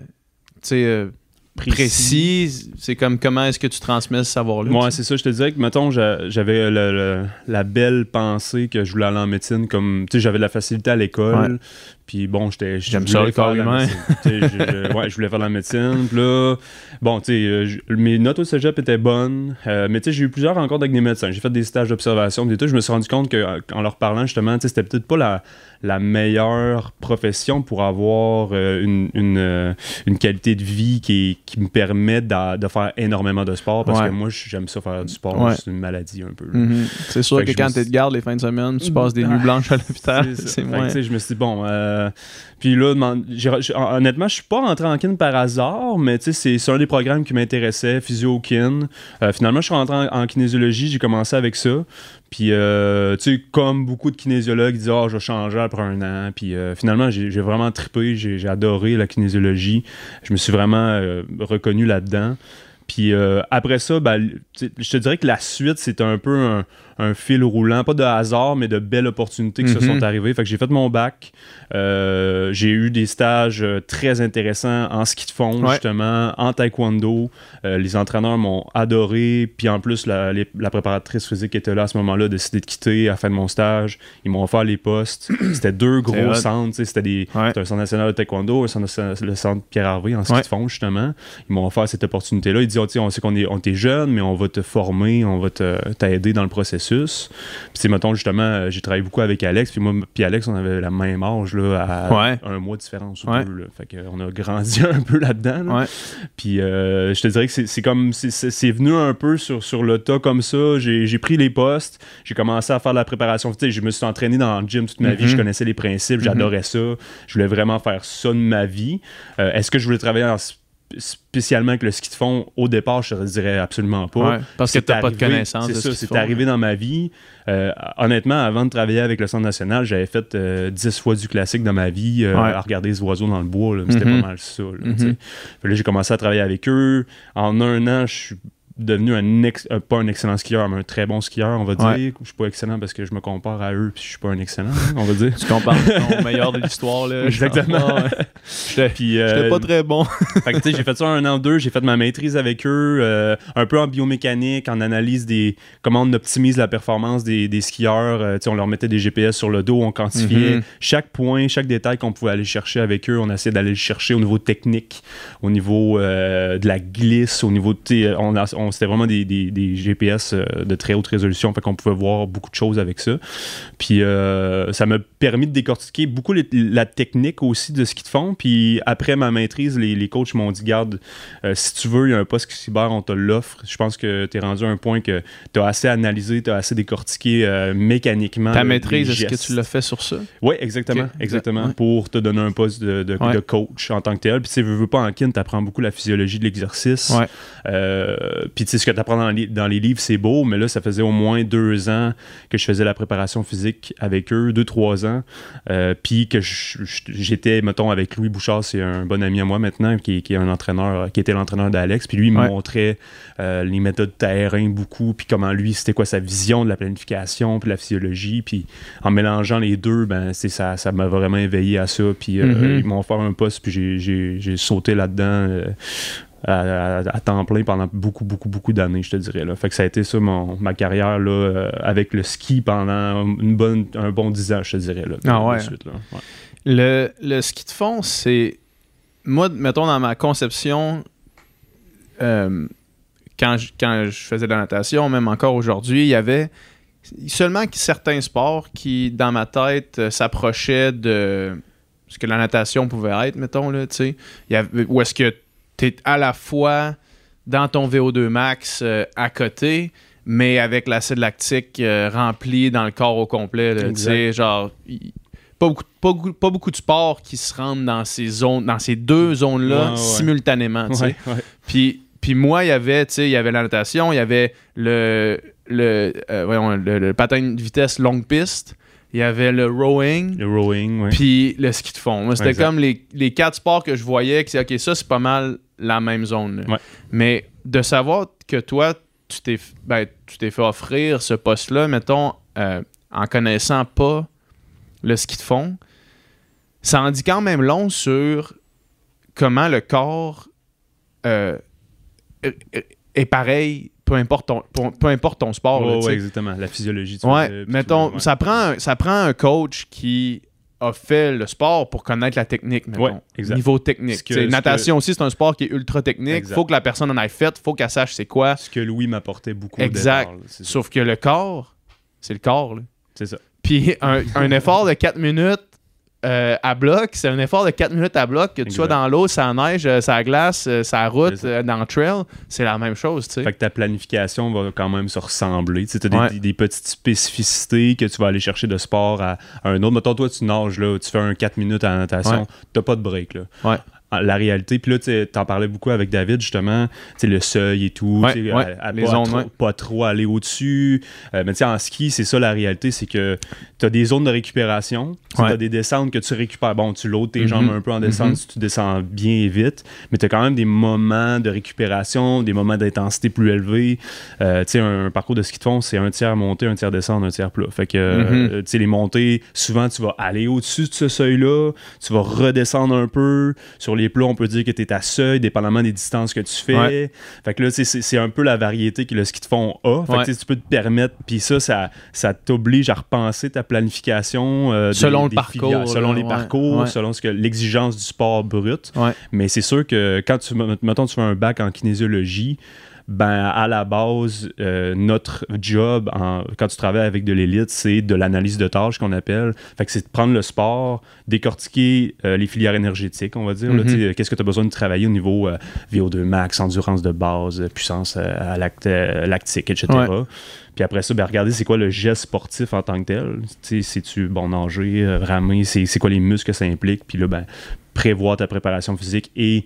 A: précis, c'est comme comment est-ce que tu transmets ce savoir-là?
B: Moi, c'est ça, je te disais que, mettons, j'avais la belle pensée que je voulais aller en médecine, comme, tu sais, j'avais de la facilité à l'école, puis bon,
A: j'aime ça, le corps humain.
B: Je voulais faire de la médecine, puis là, bon, tu sais, mes notes au cégep étaient bonnes, mais tu sais, j'ai eu plusieurs rencontres avec des médecins, j'ai fait des stages d'observation, des tout, je me suis rendu compte qu'en leur parlant, justement, tu sais, c'était peut-être pas la meilleure profession pour avoir une qualité de vie qui me permet de faire énormément de sport, parce que moi, j'aime ça faire du sport, c'est une maladie un peu.
A: C'est sûr que quand tu te gardes les fins de semaine, tu passes des nuits blanches à l'hôpital. C'est moins...
B: Je me suis dit, bon... Puis là, honnêtement, je suis pas rentré en kin par hasard, mais c'est un des programmes qui m'intéressait, physio-kin. Finalement, je suis rentré en kinésiologie, j'ai commencé avec ça. Puis, comme beaucoup de kinésiologues, ils disent « je vais changer après 1 an. » Puis finalement, j'ai vraiment trippé, j'ai adoré la kinésiologie. Je me suis vraiment reconnu là-dedans. Puis après ça, je te dirais que la suite, c'est un peu un fil roulant, pas de hasard, mais de belles opportunités qui se sont arrivées. Fait que j'ai fait mon bac. J'ai eu des stages très intéressants en ski de fond, justement, en taekwondo. Les entraîneurs m'ont adoré. Puis en plus, la préparatrice physique qui était là à ce moment-là a décidé de quitter à la fin de mon stage. Ils m'ont offert les postes. C'était 2 gros centres. C'était un centre national de taekwondo, le centre Pierre-Harvey en ski de fond, justement. Ils m'ont offert cette opportunité-là. Ils disent, on sait qu'on t'est jeune, mais on va te former, on va t'aider dans le processus. Puis mettons, justement, j'ai travaillé beaucoup avec Alex, puis moi puis Alex, on avait la même âge là, à un mois de différence ou deux. Là. Fait qu'on a grandi un peu là-dedans. Là. Puis je te dirais que c'est venu un peu sur le tas comme ça. J'ai pris les postes, j'ai commencé à faire de la préparation. Je me suis entraîné dans le gym toute ma vie, je connaissais les principes, j'adorais ça. Je voulais vraiment faire ça de ma vie. Est-ce que je voulais travailler spécialement avec le ski de fond, au départ, je te dirais absolument pas.
A: Parce que t'as pas de connaissances.
B: C'est ça, c'est arrivé dans ma vie. Honnêtement, avant de travailler avec le Centre national, j'avais fait 10 fois du classique dans ma vie, à regarder les oiseaux dans le bois. Là, c'était pas mal ça. Là, j'ai commencé à travailler avec eux. En 1 an, je suis devenu pas un excellent skieur, mais un très bon skieur, on va dire. Je suis pas excellent parce que je me compare à eux puis je suis pas un excellent, on va dire.
A: Tu compares au meilleur de l'histoire, là.
B: Exactement.
A: J'étais pas très bon.
B: Fait que, tu sais, j'ai fait ça 1 an ou 2, j'ai fait ma maîtrise avec eux, un peu en biomécanique, en analyse comment on optimise la performance des skieurs. On leur mettait des GPS sur le dos, on quantifiait chaque point, chaque détail qu'on pouvait aller chercher avec eux. On essayait d'aller le chercher au niveau technique, au niveau de la glisse, au niveau de... C'était vraiment des GPS de très haute résolution, fait qu'on pouvait voir beaucoup de choses avec ça. Puis ça m'a permis de décortiquer beaucoup la technique aussi de ski de fond. Puis après ma maîtrise, les coachs m'ont dit, garde, si tu veux, il y a un poste cyber, on te l'offre. Je pense que tu es rendu à un point que tu as assez analysé, tu as assez décortiqué mécaniquement.
A: Ta maîtrise, est-ce que tu l'as fait sur ça? Oui,
B: exactement. Pour te donner un poste de coach en tant que tel. Puis tu sais, veux pas en kin, tu apprends beaucoup la physiologie de l'exercice. Puis tu sais, ce que tu apprends dans les livres, c'est beau, mais là, ça faisait au moins 2 ans que je faisais la préparation physique avec eux, 2-3 ans. Puis que j'étais, mettons, avec Louis Bouchard, c'est un bon ami à moi maintenant, qui est un entraîneur, qui était l'entraîneur d'Alex. Puis lui, il me montrait les méthodes terrain beaucoup, puis comment lui, c'était quoi sa vision de la planification, puis la physiologie. Puis en mélangeant les deux, ça m'a vraiment éveillé à ça. Puis ils m'ont offert un poste, puis j'ai sauté là-dedans. À temps plein pendant beaucoup d'années, je te dirais. Là. Fait que ça a été ça ma carrière là, avec le ski pendant un bon 10 ans, je te dirais. Là, suite, là.
A: Le ski de fond, c'est... Moi, mettons, dans ma conception, quand je faisais de la natation, même encore aujourd'hui, il y avait seulement certains sports qui, dans ma tête, s'approchaient de ce que la natation pouvait être, mettons, là, tu sais. Où est-ce que t'es à la fois dans ton VO2 max à côté, mais avec l'acide lactique rempli dans le corps au complet. Tu sais, genre, pas beaucoup de sports qui se rendent dans ces 2 zones-là simultanément. Tu sais. Puis moi, il y avait la natation, il y avait le patin de vitesse longue piste. Il y avait le rowing. Puis le ski de fond. Moi, c'était comme les 4 sports que je voyais. Que OK, ça, c'est pas mal la même zone. Mais de savoir que toi, tu t'es fait offrir ce poste-là, mettons, en connaissant pas le ski de fond, ça en dit quand même long sur comment le corps est pareil. Peu importe ton sport.
B: Exactement. La physiologie.
A: Mettons, ça prend un coach qui a fait le sport pour connaître la technique, mettons. Niveau technique. Natation aussi, c'est un sport qui est ultra technique. Il faut que la personne en ait fait, il faut qu'elle sache c'est quoi.
B: Ce que Louis m'apportait beaucoup.
A: Exact. Sauf que le corps, c'est le corps. Là.
B: C'est ça.
A: Puis un effort de 4 minutes à bloc, c'est un effort de 4 minutes à bloc, que tu sois dans l'eau, ça neige, ça glace, ça route, dans le trail, c'est la même chose, tu sais.
B: Fait que ta planification va quand même se ressembler. Tu as des petites spécificités que tu vas aller chercher de sport à un autre. Mettons, toi, tu nages, là, tu fais un 4 minutes à la natation, t'as pas de break, là. la réalité. Puis là, tu en parlais beaucoup avec David, justement, le seuil et tout, pas trop aller au-dessus. Mais en ski, c'est ça la réalité, c'est que tu as des zones de récupération, tu as des descentes que tu récupères. Bon, tu loads tes jambes un peu en descente si tu descends bien et vite, mais tu as quand même des moments de récupération, des moments d'intensité plus élevés. Un parcours de ski de fond, c'est un tiers montée, un tiers descente, un tiers plat. Fait que les montées, souvent, tu vas aller au-dessus de ce seuil-là, tu vas redescendre un peu. Sur les plats, on peut dire que tu es à seuil, dépendamment des distances que tu fais. Fait que là, c'est un peu la variété que le ski de fond a. Fait que tu peux te permettre, puis ça t'oblige à repenser ta planification
A: selon le parcours.
B: Selon les parcours, selon l'exigence du sport brut. Mais c'est sûr que quand tu fais un bac en kinésiologie, ben à la base, notre job quand tu travailles avec de l'élite, c'est de l'analyse de tâches qu'on appelle. Fait que c'est de prendre le sport, décortiquer les filières énergétiques, on va dire. Là, qu'est-ce que tu as besoin de travailler au niveau VO2 max, endurance de base, puissance lactique, etc. Puis après ça, regarder c'est quoi le geste sportif en tant que tel. C'est-tu nager, ramer, c'est quoi les muscles que ça implique. Puis là, prévoir ta préparation physique et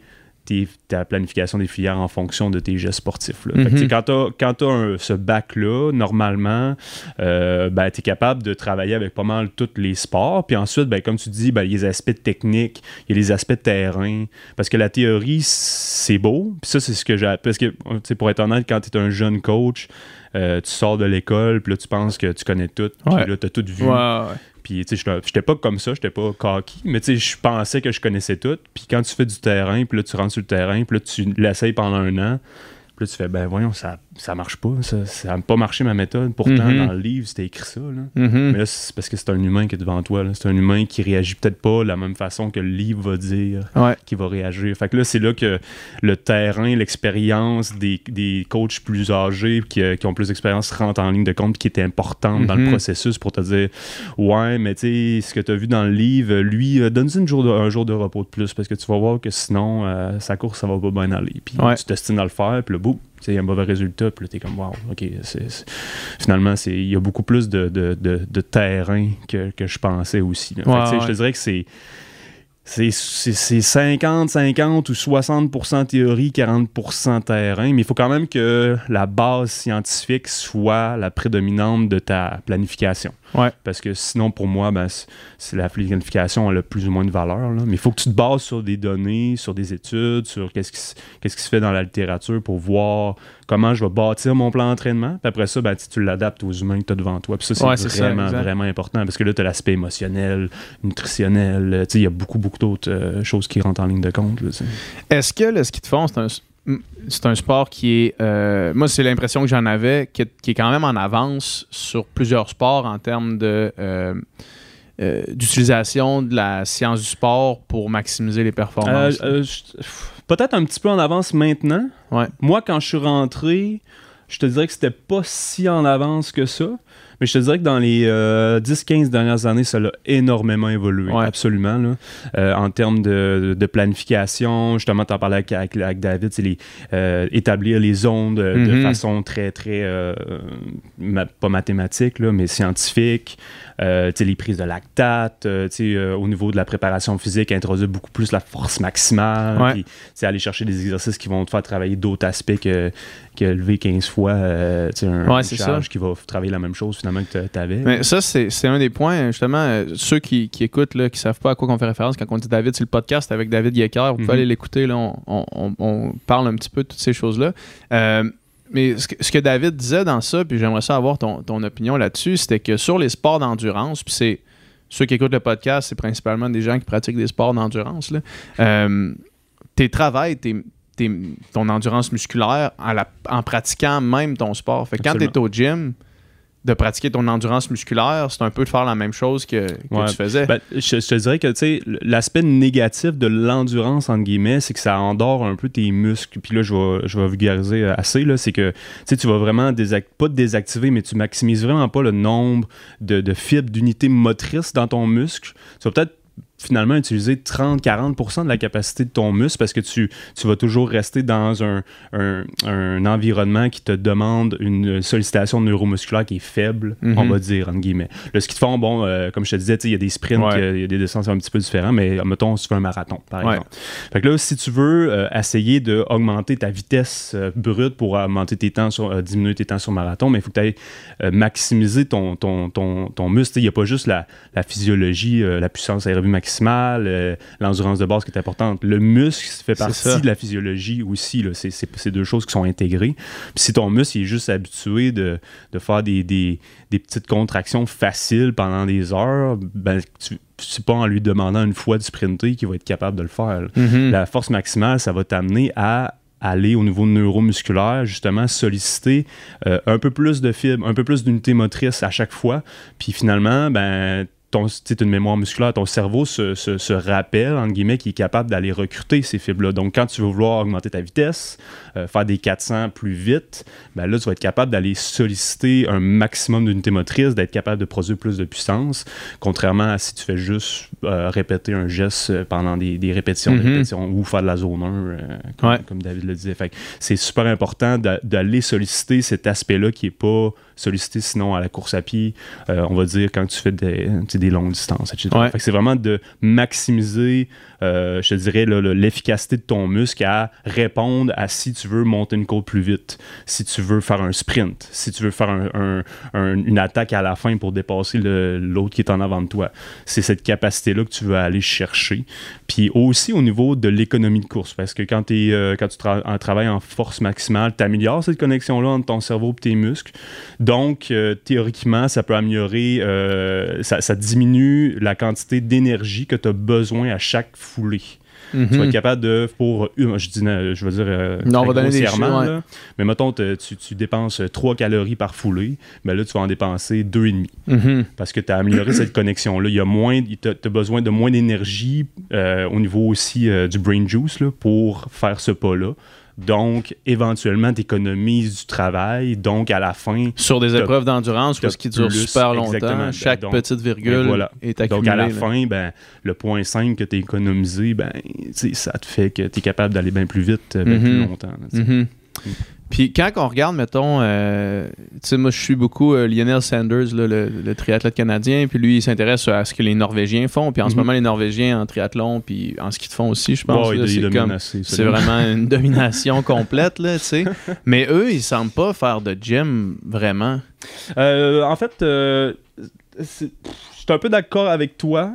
B: ta planification des filières en fonction de tes gestes sportifs. Là. Fait que, quand tu as ce bac-là, normalement, tu es capable de travailler avec pas mal tous les sports. Puis ensuite, comme tu dis, il y a les aspects techniques, il y a les aspects de terrain. Parce que la théorie, c'est beau. Puis ça, c'est ce que j'ai... Parce que, pour être honnête, quand tu es un jeune coach, tu sors de l'école, puis là, tu penses que tu connais tout. Puis là, tu as tout vu. Puis, tu sais, j'étais pas comme ça, j'étais pas cocky, mais tu sais, je pensais que je connaissais tout. Puis quand tu fais du terrain, puis là, tu rentres sur le terrain, puis là, tu l'essayes pendant un an, puis là, tu fais, voyons, ça marche pas. Ça n'a pas marché ma méthode. Pourtant, dans le livre, c'était écrit ça. Là. Mais là, c'est parce que c'est un humain qui est devant toi. Là. C'est un humain qui réagit peut-être pas de la même façon que le livre va dire qu'il va réagir. Fait que là, c'est là que le terrain, l'expérience des coachs plus âgés qui ont plus d'expérience rentre en ligne de compte, qui est importante dans le processus pour te dire, ouais, mais tu sais, ce que tu as vu dans le livre, lui, donne-lui un jour de repos de plus parce que tu vas voir que sinon, sa course, ça va pas bien aller. Puis tu t'estines à le faire, puis là, boum. Il y a un mauvais résultat, puis là, t'es comme, wow, OK, finalement, il y a beaucoup plus de terrain que je pensais aussi. Fait que, je te dirais que c'est 50-50 ou 60% théorie, 40% terrain, mais il faut quand même que la base scientifique soit la prédominante de ta planification. Parce que sinon, pour moi, c'est la planification elle a plus ou moins de valeur. Là. Mais il faut que tu te bases sur des données, sur des études, sur qu'est-ce qui se fait dans la littérature pour voir comment je vais bâtir mon plan d'entraînement. Puis après ça, tu l'adaptes aux humains que tu as devant toi. Puis ça, c'est vraiment important parce que là, tu as l'aspect émotionnel, nutritionnel. Il y a beaucoup d'autres choses qui rentrent en ligne de compte. Là,
A: est-ce que le ski de fond, c'est un sport qui est... moi, c'est l'impression que j'en avais, qui est quand même en avance sur plusieurs sports en termes d'utilisation de la science du sport pour maximiser les performances.
B: Peut-être un petit peu en avance maintenant. Moi, quand je suis rentré, je te dirais que c'était pas si en avance que ça. Mais je te dirais que dans les 10-15 dernières années, ça a énormément évolué, absolument. Là. En termes de planification, justement, tu en parlais avec David, c'est établir les zones de façon très, très, pas mathématique, là, mais scientifique. Les prises de lactate, au niveau de la préparation physique, introduire beaucoup plus la force maximale, puis aller chercher des exercices qui vont te faire travailler d'autres aspects que lever 15 fois une charge qui va travailler la même chose finalement que tu avais.
A: Mais ça, c'est un des points, justement, ceux qui écoutent, là, qui ne savent pas à quoi on fait référence quand on dit David, c'est le podcast avec David Yecker, vous pouvez aller l'écouter, là, on parle un petit peu de toutes ces choses-là. Mais ce que David disait dans ça, puis j'aimerais ça avoir ton opinion là-dessus, c'était que sur les sports d'endurance, puis c'est ceux qui écoutent le podcast, c'est principalement des gens qui pratiquent des sports d'endurance, là, tes travails, ton endurance musculaire en pratiquant même ton sport. Fait que quand tu es au gym, de pratiquer ton endurance musculaire, c'est un peu de faire la même chose que tu faisais.
B: Je te dirais que l'aspect négatif de l'endurance, entre guillemets, c'est que ça endort un peu tes muscles. Puis là, je vais vulgariser assez, là, c'est que tu vas vraiment pas te désactiver, mais tu maximises vraiment pas le nombre de fibres d'unités motrices dans ton muscle. Tu vas peut-être finalement utiliser 30-40% de la capacité de ton muscle parce que tu vas toujours rester dans un environnement qui te demande une sollicitation neuromusculaire qui est faible, on va dire, entre guillemets. Le ski de fond, comme je te disais, il y a des sprints, il y a des distances un petit peu différentes, mais mettons, si tu fais un marathon, par exemple. Fait que là, si tu veux essayer d'augmenter ta vitesse brute pour augmenter tes temps diminuer tes temps sur marathon, mais il faut que tu ailles maximiser ton muscle. Il n'y a pas juste la physiologie, la puissance aérobie maximale, l'endurance de base qui est importante. Le muscle fait partie de la physiologie aussi. Là. C'est deux choses qui sont intégrées. Puis si ton muscle il est juste habitué de faire des petites contractions faciles pendant des heures, ben, c'est pas en lui demandant une fois de sprinter qu'il va être capable de le faire. La force maximale, ça va t'amener à aller au niveau neuromusculaire, justement solliciter un peu plus de fibres, un peu plus d'unités motrices à chaque fois. Puis finalement, ben tu une mémoire musculaire, ton cerveau se rappelle, entre guillemets, qu'il est capable d'aller recruter ces fibres-là. Donc, quand tu veux vouloir augmenter ta vitesse, faire des 400 plus vite, ben là, tu vas être capable d'aller solliciter un maximum d'unités motrices, d'être capable de produire plus de puissance, contrairement à si tu fais juste répéter un geste pendant des répétitions, ou faire de la zone 1, comme David le disait. Fait que c'est super important d'aller solliciter cet aspect-là qui n'est pas sollicité sinon à la course à pied, on va dire, quand tu fais des longues distances, etc. Fait que c'est vraiment de maximiser, je te dirais, l'efficacité de ton muscle à répondre à si tu veux monter une côte plus vite, si tu veux faire un sprint, si tu veux faire une attaque à la fin pour dépasser l'autre qui est en avant de toi. C'est cette capacité-là que tu veux aller chercher. Puis aussi au niveau de l'économie de course, parce que quand tu travailles en force maximale, tu améliores cette connexion-là entre ton cerveau et tes muscles. Donc, théoriquement, ça peut améliorer, ça diminue la quantité d'énergie que tu as besoin à chaque foulée. Tu vas être capable de, je veux dire,
A: non, on va donner des chiffres,
B: là, mais mettons, tu dépenses 3 calories par foulée, ben là, tu vas en dépenser 2,5. Parce que tu as amélioré cette connexion-là. Tu as besoin de moins d'énergie au niveau aussi du brain juice là, pour faire ce pas-là. Donc, éventuellement, tu économises du travail. Donc, à la fin...
A: Sur des épreuves d'endurance, parce qu'ils durent super longtemps. Chaque petite virgule est accumulée.
B: Donc, à la fin, ben, le 0.5 que tu as économisé, ben, ça te fait que tu es capable d'aller bien plus vite, bien plus longtemps.
A: Puis quand on regarde, mettons, tu sais, moi je suis beaucoup Lionel Sanders, là, le triathlète canadien, puis lui il s'intéresse à ce que les Norvégiens font, puis en ce moment les Norvégiens en triathlon, puis en ski de fond aussi, je pense, c'est vraiment une domination complète, là, tu sais. Mais eux, ils semblent pas faire de gym vraiment.
B: En fait, je suis un peu d'accord avec toi.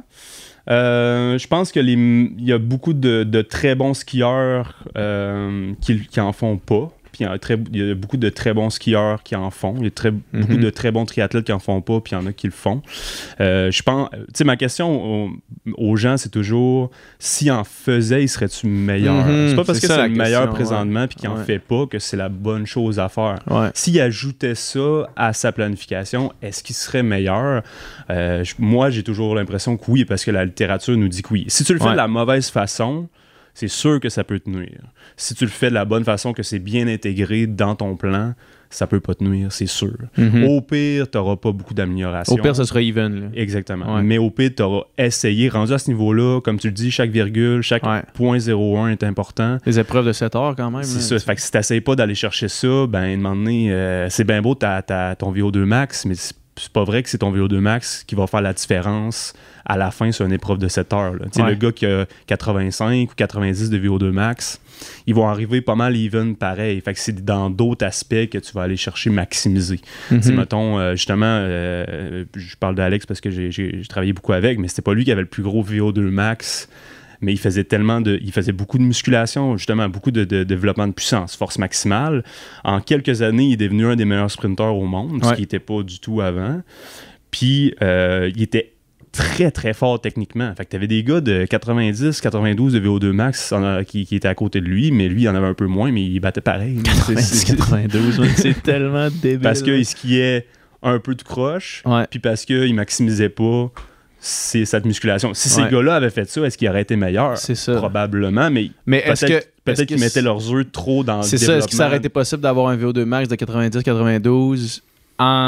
B: Je pense que il y a beaucoup de très bons skieurs qui en font pas. Puis il y a beaucoup de très bons skieurs qui en font. Il y a beaucoup de très bons triathlètes qui en font pas, puis il y en a qui le font. Je pense, tu sais, ma question aux gens, c'est toujours s'ils en faisaient, ils seraient-tu meilleurs? C'est pas parce que c'est le meilleur présentement puis qu'il en fait pas que c'est la bonne chose à faire. S'il ajoutait ça à sa planification, est-ce qu'il serait meilleur? Moi, j'ai toujours l'impression que oui, parce que la littérature nous dit que oui. Si tu le fais de la mauvaise façon, c'est sûr que ça peut te nuire. Si tu le fais de la bonne façon, que c'est bien intégré dans ton plan, ça peut pas te nuire, c'est sûr. Au pire, tu n'auras pas beaucoup d'amélioration.
A: Au pire, ça sera even. Là.
B: Exactement. Mais au pire, tu auras essayé, rendu à ce niveau-là, comme tu le dis, chaque virgule, chaque 0.01 est important.
A: Les épreuves de 7 heures quand même.
B: C'est ça. Fait que si tu n'essayes pas d'aller chercher ça, ben, à un moment donné, c'est bien beau ton VO2 max, mais c'est pas vrai que c'est ton VO2 max qui va faire la différence à la fin sur une épreuve de 7 heures. Le gars qui a 85 ou 90 de VO2 max, ils vont arriver pas mal even pareil. Fait que c'est dans d'autres aspects que tu vas aller chercher maximiser. Mettons, justement, je parle d'Alex parce que j'ai travaillé beaucoup avec, mais c'était pas lui qui avait le plus gros VO2 max. Mais il faisait beaucoup de musculation, justement, beaucoup de développement de puissance, force maximale. En quelques années, il est devenu un des meilleurs sprinteurs au monde, ce qui n'était pas du tout avant. Puis, il était très, très fort techniquement. Fait que tu avais des gars de 90, 92 de VO2 max qui étaient à côté de lui, mais lui, il en avait un peu moins, mais il battait pareil.
A: 90, 92, c'est tellement débile.
B: Parce qu'il skiait un peu de croche, puis parce qu'il maximisait pas cette musculation. Si ces gars-là avaient fait ça, est-ce qu'ils auraient été meilleurs? C'est ça. Probablement, mais peut-être qu'ils mettaient leurs œufs trop dans le développement.
A: C'est ça. Est-ce que ça aurait été possible d'avoir un VO2 max de 90-92 en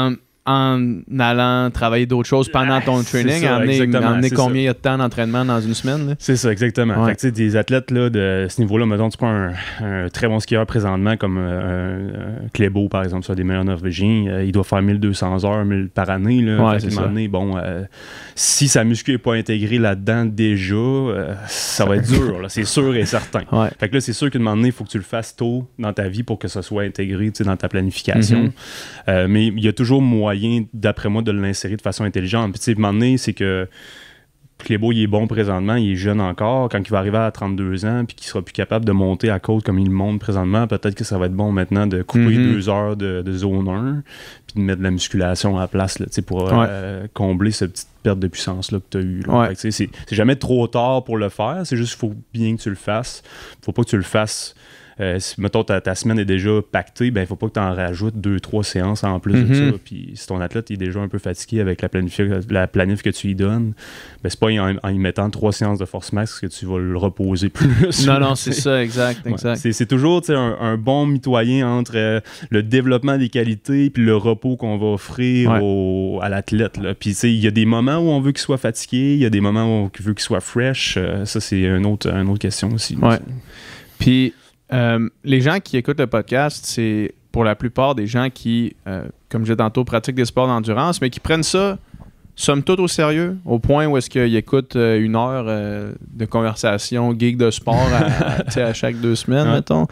A: en allant travailler d'autres choses pendant ton training, emmener combien il y a de temps d'entraînement dans une semaine? Là?
B: C'est ça, exactement. Fait que, des athlètes là, de ce niveau-là, mettons, tu prends un très bon skieur présentement comme Klébo, par exemple, soit des meilleurs Norvégiens, il doit faire 1200 heures par année. Là, fait si sa muscu n'est pas intégrée là-dedans déjà, ça va être dur, là, c'est sûr et certain. Fait que là, c'est sûr qu'à un moment donné, il faut que tu le fasses tôt dans ta vie pour que ça soit intégré dans ta planification. Mais il y a toujours moyen, d'après moi, de l'insérer de façon intelligente. Puis, tu sais, à un moment donné, c'est que Klébo, il est bon présentement, il est jeune encore. Quand il va arriver à 32 ans puis qu'il sera plus capable de monter à côte comme il monte présentement, peut-être que ça va être bon maintenant de couper 2 heures de zone 1 puis de mettre de la musculation à la place là, pour combler cette petite perte de puissance-là que tu as eue. Fait que, c'est jamais trop tard pour le faire, c'est juste qu'il faut bien que tu le fasses. Faut pas que tu le fasses... si, mettons, ta semaine est déjà pactée, ben il faut pas que tu en rajoutes 2-3 séances en plus de ça. Puis si ton athlète est déjà un peu fatigué avec la planif que tu lui donnes, ben c'est pas en y mettant 3 séances de force max que tu vas le reposer plus.
A: Non, c'est ça, exact.
B: C'est toujours un bon mitoyen entre le développement des qualités puis le repos qu'on va offrir à l'athlète. Puis il y a des moments où on veut qu'il soit fatigué, il y a des moments où on veut qu'il soit fresh. Ça, c'est une autre question aussi.
A: Puis les gens qui écoutent le podcast, c'est pour la plupart des gens qui, comme je disais tantôt, pratiquent des sports d'endurance, mais qui prennent ça, somme toute, au sérieux, au point où est-ce qu'ils écoutent 1 heure de conversation geek de sport à chaque 2 semaines, mettons.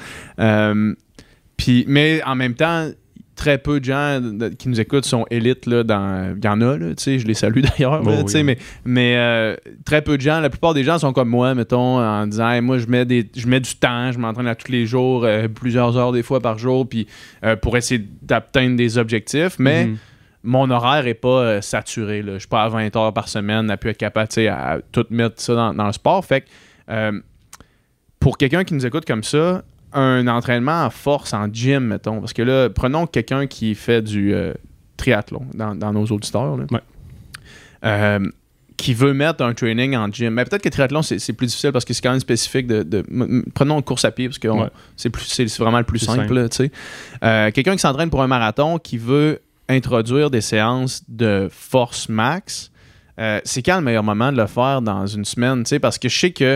A: Mais en même temps, très peu de gens qui nous écoutent sont élites là, il y en a, là, je les salue d'ailleurs, mais très peu de gens, la plupart des gens sont comme moi, mettons, en disant hey, moi je mets du temps, je m'entraîne à tous les jours, plusieurs heures des fois par jour, puis pour essayer d'atteindre des objectifs, mais mon horaire n'est pas saturé, là. Je suis pas à 20 heures par semaine à pu être capable à tout mettre ça dans le sport. Fait que pour quelqu'un qui nous écoute comme ça, un entraînement en force, en gym, mettons. Parce que là, prenons quelqu'un qui fait du triathlon dans nos auditeurs. Là. Qui veut mettre un training en gym. Mais peut-être que le triathlon, c'est plus difficile parce que c'est quand même spécifique prenons une course à pied parce que c'est vraiment le plus simple. Là, quelqu'un qui s'entraîne pour un marathon qui veut introduire des séances de force max, c'est quand le meilleur moment de le faire dans une semaine? Parce que je sais que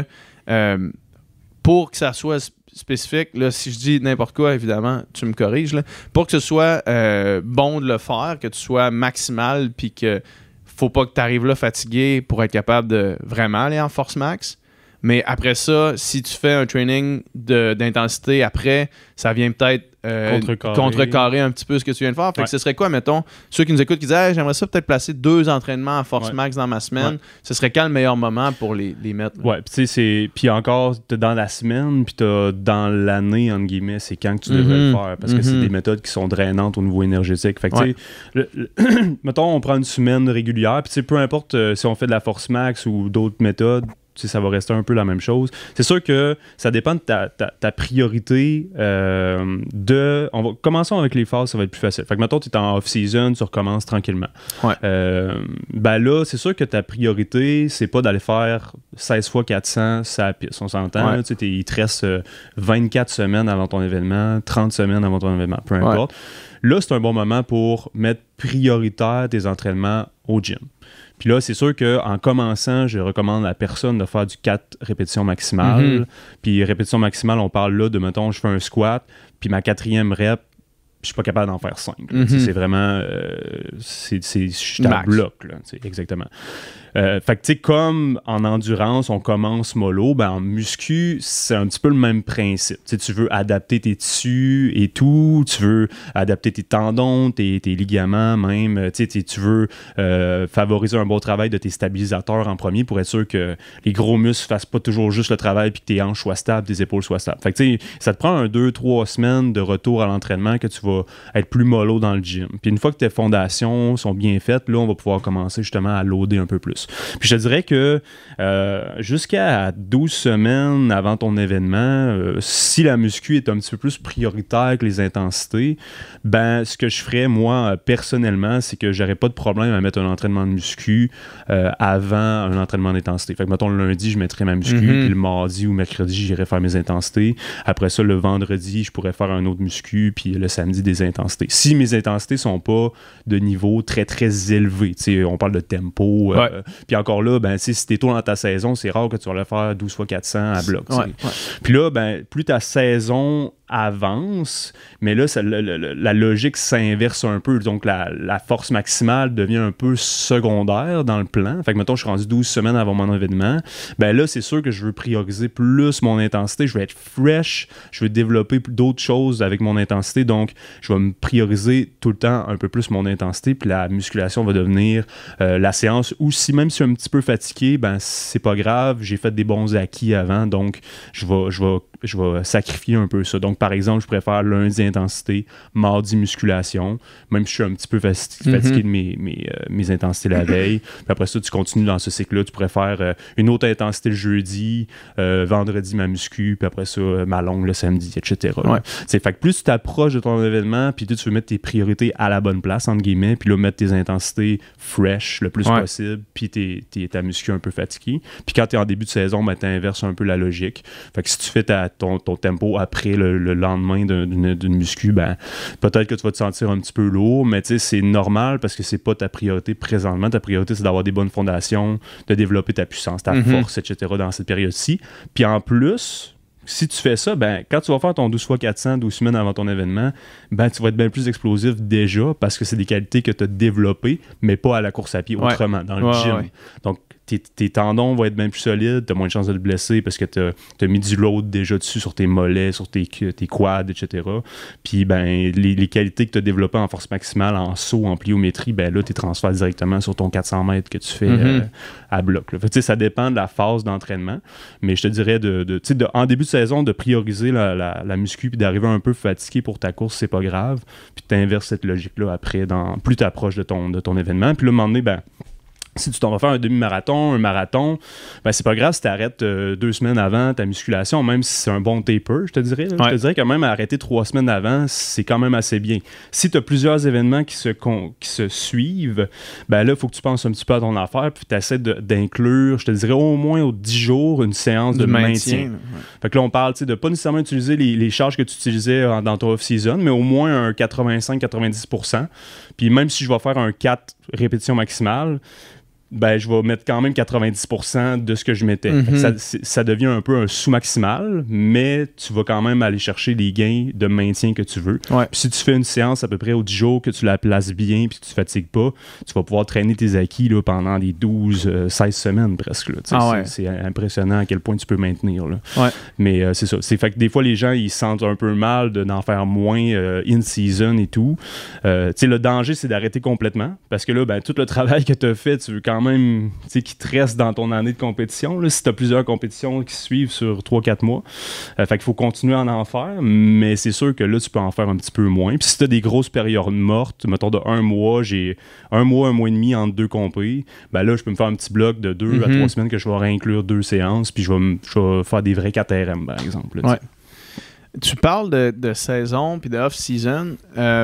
A: pour que ça soit spécifique, là, si je dis n'importe quoi, évidemment, tu me corriges, là, pour que ce soit bon de le faire, que tu sois maximal, puis que faut pas que tu arrives là fatigué pour être capable de vraiment aller en force max. Mais après ça, si tu fais un training d'intensité après, ça vient peut-être contrecarrer un petit peu ce que tu viens de faire. Fait que ce serait quoi, mettons, ceux qui nous écoutent qui disent hey, j'aimerais ça peut-être placer 2 entraînements en force max dans ma semaine. Ce serait quand le meilleur moment pour les mettre? Là?
B: Puis encore, t'as dans la semaine, puis t'as dans l'année, entre guillemets, c'est quand que tu devrais le faire. Parce que c'est des méthodes qui sont drainantes au niveau énergétique. Fait que, mettons, on prend une semaine régulière, puis peu importe si on fait de la force max ou d'autres méthodes, ça va rester un peu la même chose. C'est sûr que ça dépend de ta priorité. Commençons avec les phases, ça va être plus facile. Fait que mettons, tu es en off-season, tu recommences tranquillement. Là, c'est sûr que ta priorité, c'est pas d'aller faire 16 fois 400 ça piste. On s'entend. Là, il te reste 24 semaines avant ton événement, 30 semaines avant ton événement, peu importe. Là, c'est un bon moment pour mettre prioritaire tes entraînements au gym. Puis là, c'est sûr qu'en commençant, je recommande à la personne de faire du 4 répétitions maximales. Puis répétition maximale, on parle là de, mettons, je fais un squat, puis ma 4e rep, je suis pas capable d'en faire 5. C'est vraiment... je suis à bloc, là, exactement. Fait que, tu sais, comme en endurance, on commence mollo, ben en muscu, c'est un petit peu le même principe. T'sais, tu veux adapter tes tissus et tout, tu veux adapter tes tendons, tes ligaments même, tu veux favoriser un bon travail de tes stabilisateurs en premier pour être sûr que les gros muscles fassent pas toujours juste le travail puis que tes hanches soient stables, tes épaules soient stables. Fait que, tu sais, ça te prend 2-3 semaines de retour à l'entraînement que tu vas être plus mollo dans le gym. Puis une fois que tes fondations sont bien faites, là, on va pouvoir commencer justement à loader un peu plus. Puis je te dirais que jusqu'à 12 semaines avant ton événement, si la muscu est un petit peu plus prioritaire que les intensités, ben ce que je ferais, moi, personnellement, c'est que j'aurais pas de problème à mettre un entraînement de muscu avant un entraînement d'intensité. Fait que, mettons, le lundi, je mettrais ma muscu, puis le mardi ou mercredi, j'irais faire mes intensités. Après ça, le vendredi, je pourrais faire un autre muscu, puis le samedi, des intensités. Si mes intensités sont pas de niveau très, très élevé, on parle de tempo, puis encore là, ben, si t'es tôt dans ta saison, c'est rare que tu vas le faire 12 x 400 à bloc. Puis là, ben, plus ta saison avance, mais là, la logique s'inverse un peu. Donc, la force maximale devient un peu secondaire dans le plan. Fait que, mettons, je suis rendu 12 semaines avant mon événement. Ben là, c'est sûr que je veux prioriser plus mon intensité. Je veux être fresh. Je veux développer d'autres choses avec mon intensité. Donc, je vais me prioriser tout le temps un peu plus mon intensité. Puis la musculation va devenir la séance où, même si je suis un petit peu fatigué, ben c'est pas grave. J'ai fait des bons acquis avant. Donc, je vais sacrifier un peu ça. Donc, par exemple, je préfère lundi intensité, mardi musculation, même si je suis un petit peu fatigué de mes intensités la veille. Puis après ça, tu continues dans ce cycle-là. Tu préfères une autre intensité le jeudi, vendredi ma muscu, puis après ça, ma longue le samedi, etc. Fait que plus tu t'approches de ton événement, puis tu veux mettre tes priorités à la bonne place, entre guillemets, puis là, mettre tes intensités fresh le plus possible, puis ta muscu un peu fatiguée. Puis quand tu es en début de saison, ben, tu inverses un peu la logique. Fait que si tu fais ton tempo après le lendemain d'une muscu, ben, peut-être que tu vas te sentir un petit peu lourd, mais tu sais, c'est normal parce que c'est pas ta priorité présentement. Ta priorité, c'est d'avoir des bonnes fondations, de développer ta puissance, ta force, etc. dans cette période-ci. Puis en plus, si tu fais ça, ben, quand tu vas faire ton 12 x 400 12 semaines avant ton événement, ben, tu vas être bien plus explosif déjà parce que c'est des qualités que tu as développées, mais pas à la course à pied, autrement, dans le gym. Donc, tes tendons vont être bien plus solides, tu as moins de chances de te blesser parce que tu as mis du load déjà dessus sur tes mollets, sur tes quads, etc. Puis ben, les qualités que tu as développées en force maximale, en saut, en pliométrie, ben là, tu transfères directement sur ton 400 mètres que tu fais à bloc. Là. Fait, ça dépend de la phase d'entraînement, mais je te dirais en début de saison, de prioriser la muscu puis d'arriver un peu fatigué pour ta course, c'est pas grave. Puis tu inverses cette logique-là après, plus tu approches de ton événement. Puis là, à un moment donné, ben, si tu t'en vas faire un demi-marathon, un marathon, ben c'est pas grave si tu arrêtes 2 semaines avant ta musculation, même si c'est un bon taper, je te dirais. Je te dirais que même arrêter 3 semaines avant, c'est quand même assez bien. Si tu as plusieurs événements qui se suivent, ben là, il faut que tu penses un petit peu à ton affaire, puis tu essaies d'inclure, je te dirais, au moins aux 10 jours, une séance de maintien. Fait que là, on parle de pas nécessairement utiliser les charges que tu utilisais dans ton off-season, mais au moins un 85-90%. Puis même si je vais faire un 4 répétitions maximales, ben, je vais mettre quand même 90% de ce que je mettais. Ça devient un peu un sous-maximal, mais tu vas quand même aller chercher les gains de maintien que tu veux. Puis si tu fais une séance à peu près aux 10 jours, que tu la places bien puis que tu ne fatigues pas, tu vas pouvoir traîner tes acquis là, pendant des 12-16 semaines presque. Là, c'est impressionnant à quel point tu peux maintenir. Là. Mais c'est ça. C'est fait que des fois, les gens ils se sentent un peu mal d'en faire moins in-season et tout. Le danger, c'est d'arrêter complètement parce que là, ben, tout le travail que tu as fait, tu veux quand même qui te reste dans ton année de compétition, là, si tu as plusieurs compétitions qui suivent sur 3-4 mois. Fait qu'il faut continuer à en faire, mais c'est sûr que là, tu peux en faire un petit peu moins. Puis si tu as des grosses périodes mortes, mettons de 1 mois, j'ai 1 mois et demi entre 2 compés, ben là, je peux me faire un petit bloc de 2 à 3 semaines que je vais réinclure 2 séances, puis je vais faire des vrais 4RM, par exemple. Là,
A: tu parles de saison puis de off-season.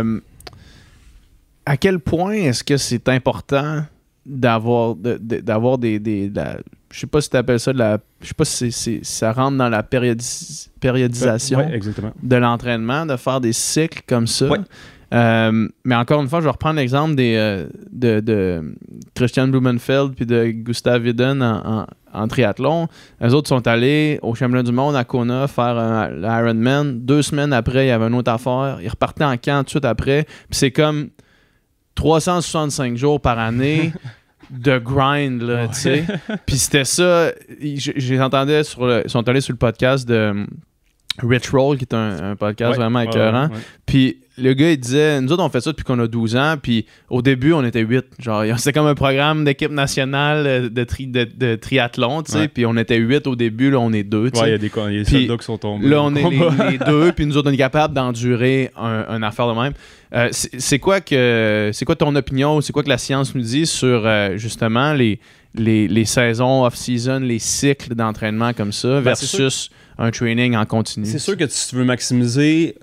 A: À quel point est-ce que c'est important d'avoir des je sais pas si tu appelles ça je sais pas si ça rentre dans la périodisation de l'entraînement, de faire des cycles comme ça. Mais encore une fois, je vais reprendre l'exemple de Christian Blumenfeld puis de Gustav Iden en triathlon. Eux autres sont allés au Championnat du monde à Kona faire l'Ironman. 2 semaines après, il y avait une autre affaire. Ils repartaient en camp tout de suite après. Puis c'est comme 365 jours par année de grind, là, tu sais. Puis c'était ça. J'entendais ils sont allés sur le podcast de Rich Roll, qui est un podcast vraiment écœurant. Puis le gars, il disait, nous autres, on fait ça depuis qu'on a 12 ans, puis au début, on était 8. Genre, c'était comme un programme d'équipe nationale de triathlon, tu sais, puis on était 8 au début, là, on est 2, tu sais.
B: Il y a des soldats qui sont tombés.
A: Là, on est les 2, puis nous autres, on est capable d'endurer un affaire de même. C'est quoi ton opinion, c'est quoi que la science nous dit sur justement les saisons off-season, les cycles d'entraînement comme ça versus un training en continu?
B: C'est sûr que si tu veux maximiser,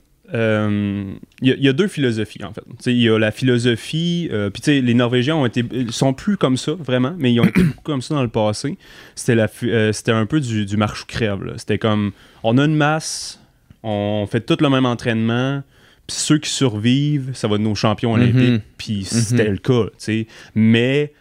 B: il y a deux philosophies en fait. Il y a la philosophie, puis les Norvégiens sont plus comme ça vraiment, mais ils ont été beaucoup comme ça dans le passé. C'était un peu du marche ou crève. Là. C'était comme, on a une masse, on fait tout le même entraînement, puis ceux qui survivent, ça va être nos champions olympiques, puis c'était le cas, tu sais. Mais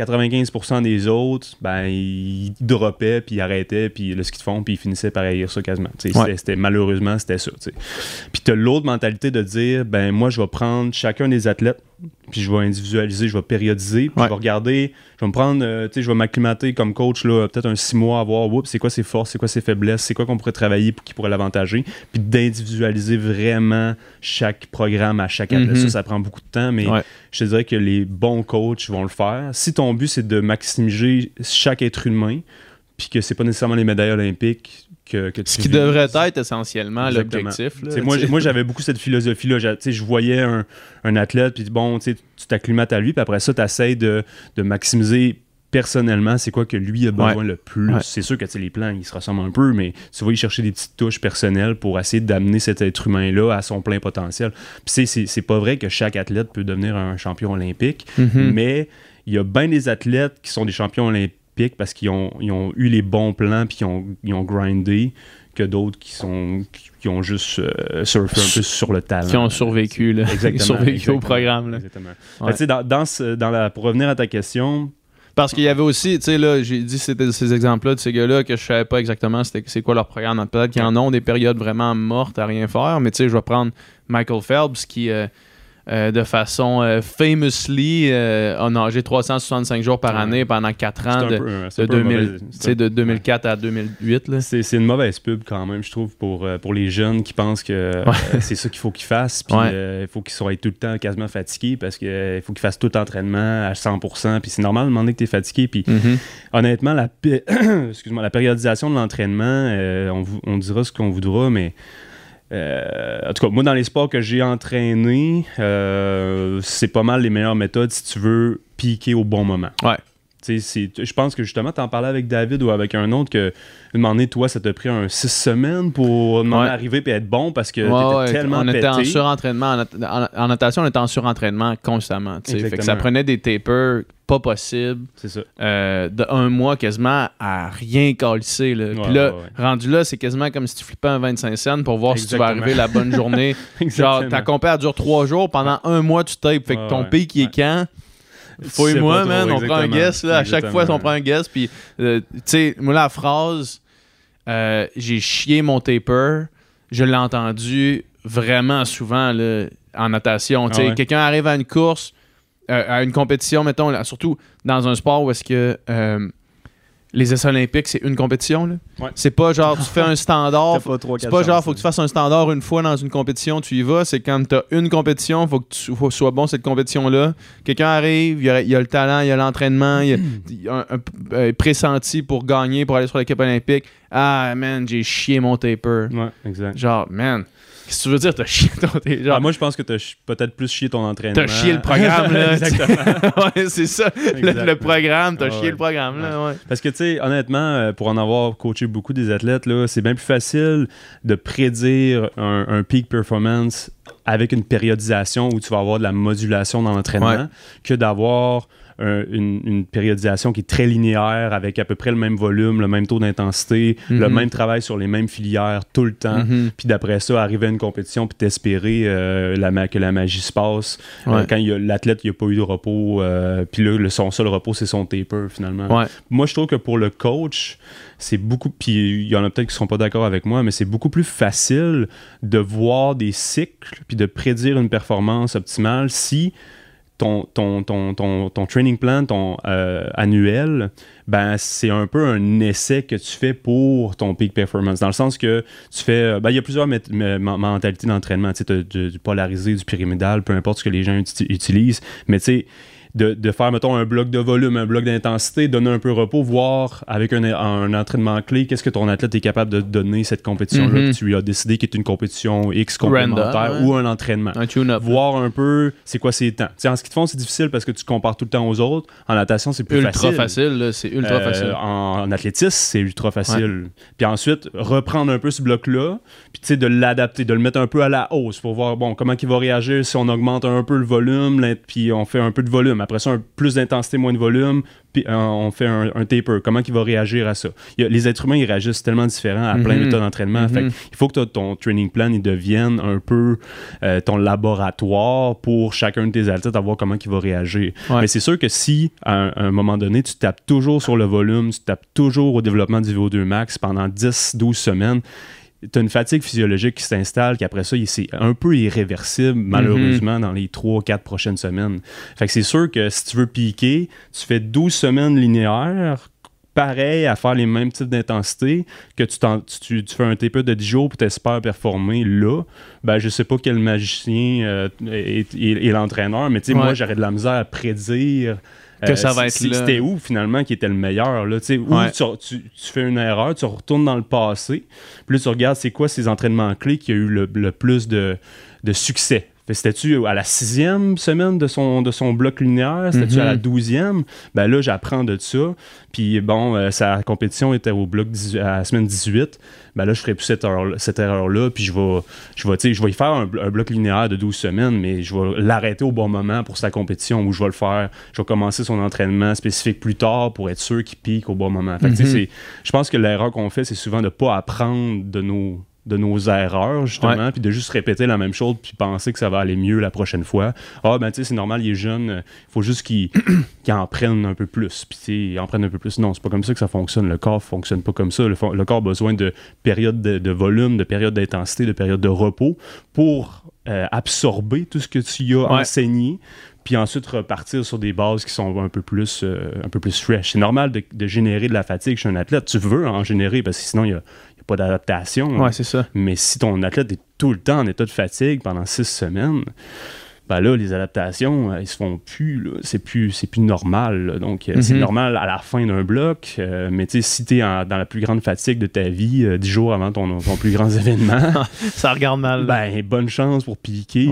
B: 95% des autres, ben, ils droppaient, puis ils arrêtaient, puis le ski de fond, puis ils finissaient par haïr ça quasiment. Malheureusement, c'était ça. T'sais. Puis t'as l'autre mentalité de dire, ben moi, je vais prendre chacun des athlètes, puis je vais individualiser, je vais périodiser, puis je vais regarder, je vais me prendre, je vais m'acclimater comme coach, là, peut-être un 6 mois à voir, c'est quoi ses forces, c'est quoi ses faiblesses, c'est quoi qu'on pourrait travailler pour qui pourrait l'avantager, puis d'individualiser vraiment chaque programme à chaque athlète. Ça prend beaucoup de temps, mais je te dirais que les bons coachs vont le faire. Si ton but, c'est de maximiser chaque être humain, puis que c'est pas nécessairement les médailles olympiques,
A: ce qui devrait être essentiellement l'objectif. Là,
B: moi, j'avais beaucoup cette philosophie-là. Je voyais un athlète, puis bon, tu t'acclimates à lui, puis après ça, tu essaies de maximiser personnellement c'est quoi que lui a besoin le plus. C'est sûr que les plans, ils se ressemblent un peu, mais tu vas y chercher des petites touches personnelles pour essayer d'amener cet être humain-là à son plein potentiel. Puis c'est pas vrai que chaque athlète peut devenir un champion olympique, mais il y a bien des athlètes qui sont des champions olympiques parce qu'ils ont eu les bons plans puis ils ont grindé, que d'autres qui ont juste surfé un peu sur le talent.
A: Qui ont survécu, là.
B: Exactement.
A: Survécu au programme. Là.
B: Exactement. Pour revenir à ta question...
A: Parce qu'il y avait aussi, tu sais, là, j'ai dit ces exemples-là de ces gars-là que je savais pas exactement c'est quoi leur programme. Peut-être qu'ils en ont des périodes vraiment mortes à rien faire, mais tu sais, je vais prendre Michael Phelps qui... de façon famously a nagé 365 jours par année pendant 4 ans de 2004 à 2008. Là.
B: C'est une mauvaise pub quand même, je trouve, pour les jeunes qui pensent que c'est ça qu'il faut qu'ils fassent. Puis il faut qu'ils soient tout le temps quasiment fatigués parce qu'il faut qu'ils fassent tout l'entraînement à 100%. Puis c'est normal de demander que tu es fatigué. Puis honnêtement, la périodisation de l'entraînement, on dira ce qu'on voudra, mais... en tout cas, moi, dans les sports que j'ai entraînés, c'est pas mal les meilleures méthodes si tu veux piquer au bon moment.
A: Ouais.
B: Je pense que justement, tu en parlais avec David ou avec un autre que une moment donné, toi, ça t'a pris 6 semaines pour arriver et être bon parce que t'étais tellement pété.
A: On était en surentraînement. En natation, on était en surentraînement constamment. Fait que ça prenait des tapers pas possibles.
B: C'est ça.
A: De 1 mois quasiment à rien calisser. Puis là, rendu là, c'est quasiment comme si tu flippais un 25 cents pour voir si tu vas arriver la bonne journée. Genre, ta compère dure 3 jours. Pendant 1 mois, tu tapes. Fait que ton pic, il est quand? Fouille-moi, man, on prend un guess, là, à chaque fois, on prend un guess, puis, tu sais, moi, la phrase, j'ai chié mon taper, je l'ai entendu vraiment souvent, là, en natation, tu sais, quelqu'un arrive à une course, à une compétition, mettons, là, surtout dans un sport où est-ce que les essais olympiques, c'est une compétition, là. C'est pas genre, tu fais un standard, c'est pas genre, faut que tu fasses un standard une fois dans une compétition, tu y vas, c'est quand t'as une compétition, faut que tu sois bon cette compétition-là. Quelqu'un arrive, il y a le talent, il y a l'entraînement, il y a un pressenti pour gagner, pour aller sur l'équipe olympique. Ah, man, j'ai chié mon taper.
B: Ouais, exact.
A: Genre, man... Qu'est-ce que tu veux dire, t'as chié ton... Genre,
B: moi, je pense que t'as peut-être plus chié ton entraînement.
A: T'as chié le programme, là.
B: Exactement.
A: Ouais, c'est ça. Le programme, t'as chié le programme, là. Ouais.
B: Parce que, tu sais, honnêtement, pour en avoir coaché beaucoup des athlètes, là, c'est bien plus facile de prédire un peak performance avec une périodisation où tu vas avoir de la modulation dans l'entraînement que d'avoir... une périodisation qui est très linéaire avec à peu près le même volume, le même taux d'intensité, le même travail sur les mêmes filières tout le temps, puis d'après ça, arriver à une compétition puis t'espérer que la magie se passe quand l'athlète n'a pas eu de repos, puis là, son seul repos, c'est son taper finalement. Moi, je trouve que pour le coach, c'est beaucoup, puis il y en a peut-être qui ne seront pas d'accord avec moi, mais c'est beaucoup plus facile de voir des cycles puis de prédire une performance optimale si ton training plan, ton annuel, ben c'est un peu un essai que tu fais pour ton peak performance. Dans le sens que tu fais... il y a plusieurs mentalités d'entraînement. Tu sais, du polarisé, du pyramidal, peu importe ce que les gens utilisent. Mais tu sais, de faire, mettons, un bloc de volume, un bloc d'intensité, donner un peu de repos, voir avec un entraînement clé, qu'est-ce que ton athlète est capable de donner cette compétition-là que tu lui as décidé qui est une compétition X complémentaire ou un entraînement.
A: Un tune-up.
B: Voir un peu c'est quoi ses temps. T'sais, en ski de fond, c'est difficile parce que tu compares tout le temps aux autres. En natation, c'est plus
A: ultra facile. Là, c'est ultra facile.
B: En athlétisme, c'est ultra facile. Puis ensuite, reprendre un peu ce bloc-là, puis de l'adapter, de le mettre un peu à la hausse pour voir comment il va réagir si on augmente un peu le volume, puis on fait un peu de volume. Après ça, plus d'intensité, moins de volume, puis on fait un taper. Comment il va réagir à ça? Les êtres humains, ils réagissent tellement différents à plein de méthodes d'entraînement. Fait il faut que ton training plan il devienne un peu ton laboratoire pour chacun de tes athlètes, à voir comment il va réagir. Mais c'est sûr que si, à un moment donné, tu tapes toujours sur le volume, tu tapes toujours au développement du VO2 max pendant 10-12 semaines, tu as une fatigue physiologique qui s'installe, qu'après ça, c'est un peu irréversible, malheureusement, dans les 3-4 prochaines semaines. Fait que c'est sûr que si tu veux piquer, tu fais 12 semaines linéaires, pareil, à faire les mêmes types d'intensité, que tu fais un taper de 10 jours pour t'espérer performer là. Ben, je sais pas quel magicien est l'entraîneur, mais moi, j'aurais de la misère à prédire
A: que ça va être là.
B: C'était où finalement qui était le meilleur là, où tu fais une erreur, tu retournes dans le passé, puis là tu regardes c'est quoi ces entraînements clés qui a eu le plus de succès. C'était-tu à la 6e semaine de son bloc linéaire? C'était-tu à la 12e? Ben là, j'apprends de ça. Puis bon, sa compétition était au bloc à la semaine 18. Ben là, je ferai plus cette erreur-là. Puis je vais y faire un bloc linéaire de 12 semaines, mais je vais l'arrêter au bon moment pour sa compétition où je vais le faire. Je vais commencer son entraînement spécifique plus tard pour être sûr qu'il pique au bon moment. Fait que, je pense que l'erreur qu'on fait, c'est souvent de ne pas apprendre de nos erreurs, justement, puis de juste répéter la même chose puis penser que ça va aller mieux la prochaine fois. C'est normal, il est jeune, il faut juste qu'il en prenne un peu plus. Puis, il en prenne un peu plus. Non, c'est pas comme ça que ça fonctionne. Le corps fonctionne pas comme ça. Le corps a besoin de périodes de volume, de périodes d'intensité, de périodes de repos pour absorber tout ce que tu y as enseigné, puis ensuite repartir sur des bases qui sont un peu plus fresh. C'est normal de générer de la fatigue chez un athlète. Tu veux en générer, parce que sinon, il n'y a pas d'adaptation.
A: C'est ça.
B: Mais si ton athlète est tout le temps en état de fatigue pendant 6 semaines, ben là, les adaptations, ils se font plus. Là. C'est plus normal. Là. Donc, c'est normal à la fin d'un bloc. Mais si tu es dans la plus grande fatigue de ta vie, 10 jours avant ton plus grand événement,
A: ça regarde mal.
B: Ben, bonne chance pour piquer.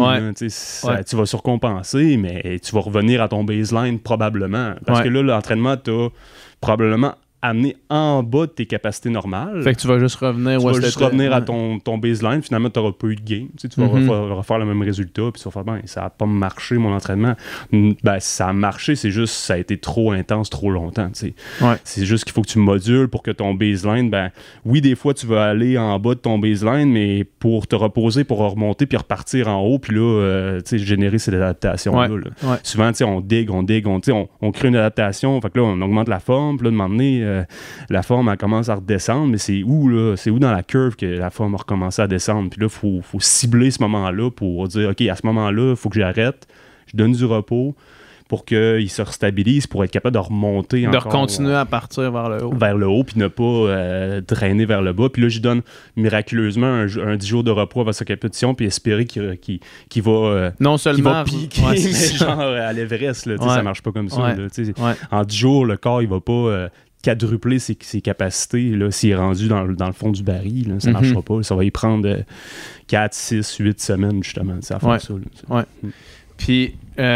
B: Tu vas surcompenser, mais tu vas revenir à ton baseline probablement. Parce que là, l'entraînement t'a probablement amené en bas de tes capacités normales.
A: Fait que tu vas juste revenir
B: à ton baseline. Finalement, tu n'auras pas eu de gain. Tu vas refaire le même résultat, puis tu vas faire, ça n'a pas marché, mon entraînement. Ben, ça a marché, c'est juste ça a été trop intense, trop longtemps. C'est juste qu'il faut que tu modules pour que ton baseline, ben oui, des fois, tu vas aller en bas de ton baseline, mais pour te reposer, pour remonter, puis repartir en haut, puis là, générer cette adaptation-là. Souvent, on digue, on crée une adaptation, fait que là, on augmente la forme, puis là, de m'emmener la forme, elle commence à redescendre, mais c'est où dans la curve que la forme a recommencé à descendre? Puis là, il faut cibler ce moment-là pour dire, OK, à ce moment-là, il faut que j'arrête, je donne du repos pour qu'il se restabilise, pour être capable de remonter encore.
A: De continuer à partir vers le haut.
B: Vers le haut, puis ne pas drainer vers le bas. Puis là, je donne miraculeusement un 10 jours de repos avant sa compétition, puis espérer qu'il va
A: non seulement
B: va piquer, mais genre à l'Everest. Là, ça marche pas comme ça. Là, en 10 jours, le corps, il va pas quadrupler ses capacités là, s'il est rendu dans le fond du baril. Là, ça marchera pas. Ça va y prendre 4, 6, 8 semaines, justement. Ça va faire ça. Là,
A: Puis,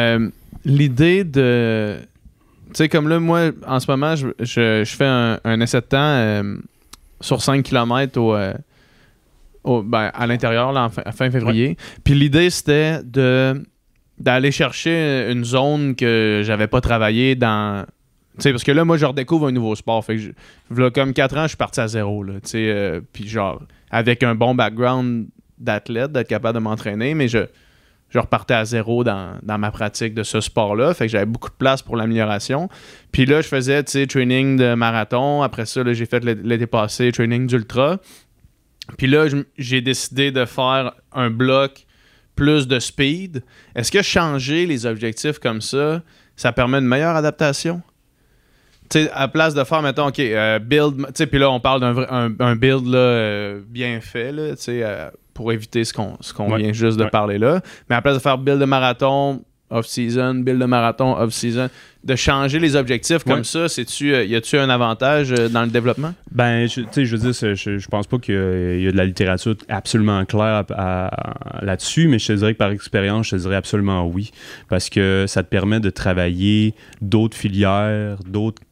A: l'idée de... Tu sais, comme là, moi, en ce moment, je fais un essai de temps sur 5 km à l'intérieur, là, à fin février. Puis l'idée, c'était d'aller chercher une zone que j'avais pas travaillé dans... Tu sais, parce que là, moi, je redécouvre un nouveau sport. Fait que, là, comme 4 ans, je suis parti à zéro, là. Tu sais, puis genre, avec un bon background d'athlète, d'être capable de m'entraîner, mais je repartais à zéro dans ma pratique de ce sport-là. Fait que j'avais beaucoup de place pour l'amélioration. Puis là, je faisais, tu sais, training de marathon. Après ça, là, j'ai fait l'été passé, training d'ultra. Puis là, j'ai décidé de faire un bloc plus de speed. Est-ce que changer les objectifs comme ça permet une meilleure adaptation? Tu sais, à place de faire, mettons, OK, build, tu sais, puis là, on parle d'un build là, bien fait, là, tu sais, pour éviter ce qu'on vient juste de parler là. Mais à place de faire build de marathon, off-season, build de marathon, off-season. De changer les objectifs comme ça, y a-tu un avantage dans le développement?
B: Ben, je veux dire, je pense pas qu'il y a de la littérature absolument claire là-dessus, mais je te dirais que par expérience, je te dirais absolument oui. Parce que ça te permet de travailler d'autres filières, d'autres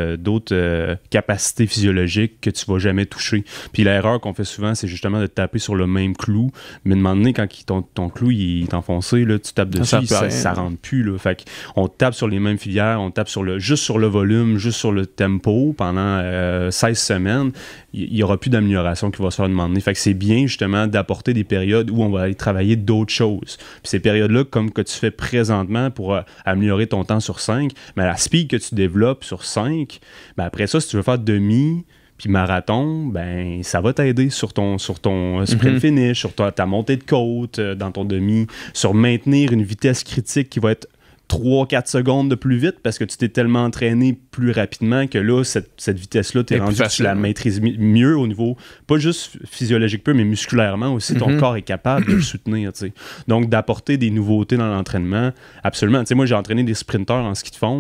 B: capacités physiologiques que tu vas jamais toucher. Puis l'erreur qu'on fait souvent, c'est justement de taper sur le même clou, mais de moment donné, quand ton clou il est enfoncé, là, tu tapes dessus, ça rentre plus. Là. Fait qu'on tape sur les mêmes filières, on tape juste sur le volume, juste sur le tempo pendant 16 semaines. Il n'y aura plus d'amélioration qui va se faire de moment donné. Fait que c'est bien justement d'apporter des périodes où on va aller travailler d'autres choses. Puis ces périodes-là, comme que tu fais présentement pour améliorer ton temps sur 5, mais la speed que tu développes sur 5, ben après ça, si tu veux faire demi puis marathon, ben ça va t'aider sur ton sprint finish, sur ta montée de côte dans ton demi, sur maintenir une vitesse critique qui va être 3-4 secondes de plus vite parce que tu t'es tellement entraîné plus rapidement que là, cette vitesse-là, t'es rendu que tu la maîtrises mieux au niveau, pas juste physiologique peu, mais musculairement aussi, ton corps est capable de le soutenir, tu sais. Donc, d'apporter des nouveautés dans l'entraînement, absolument. Tu sais, moi, j'ai entraîné des sprinteurs en ski de fond.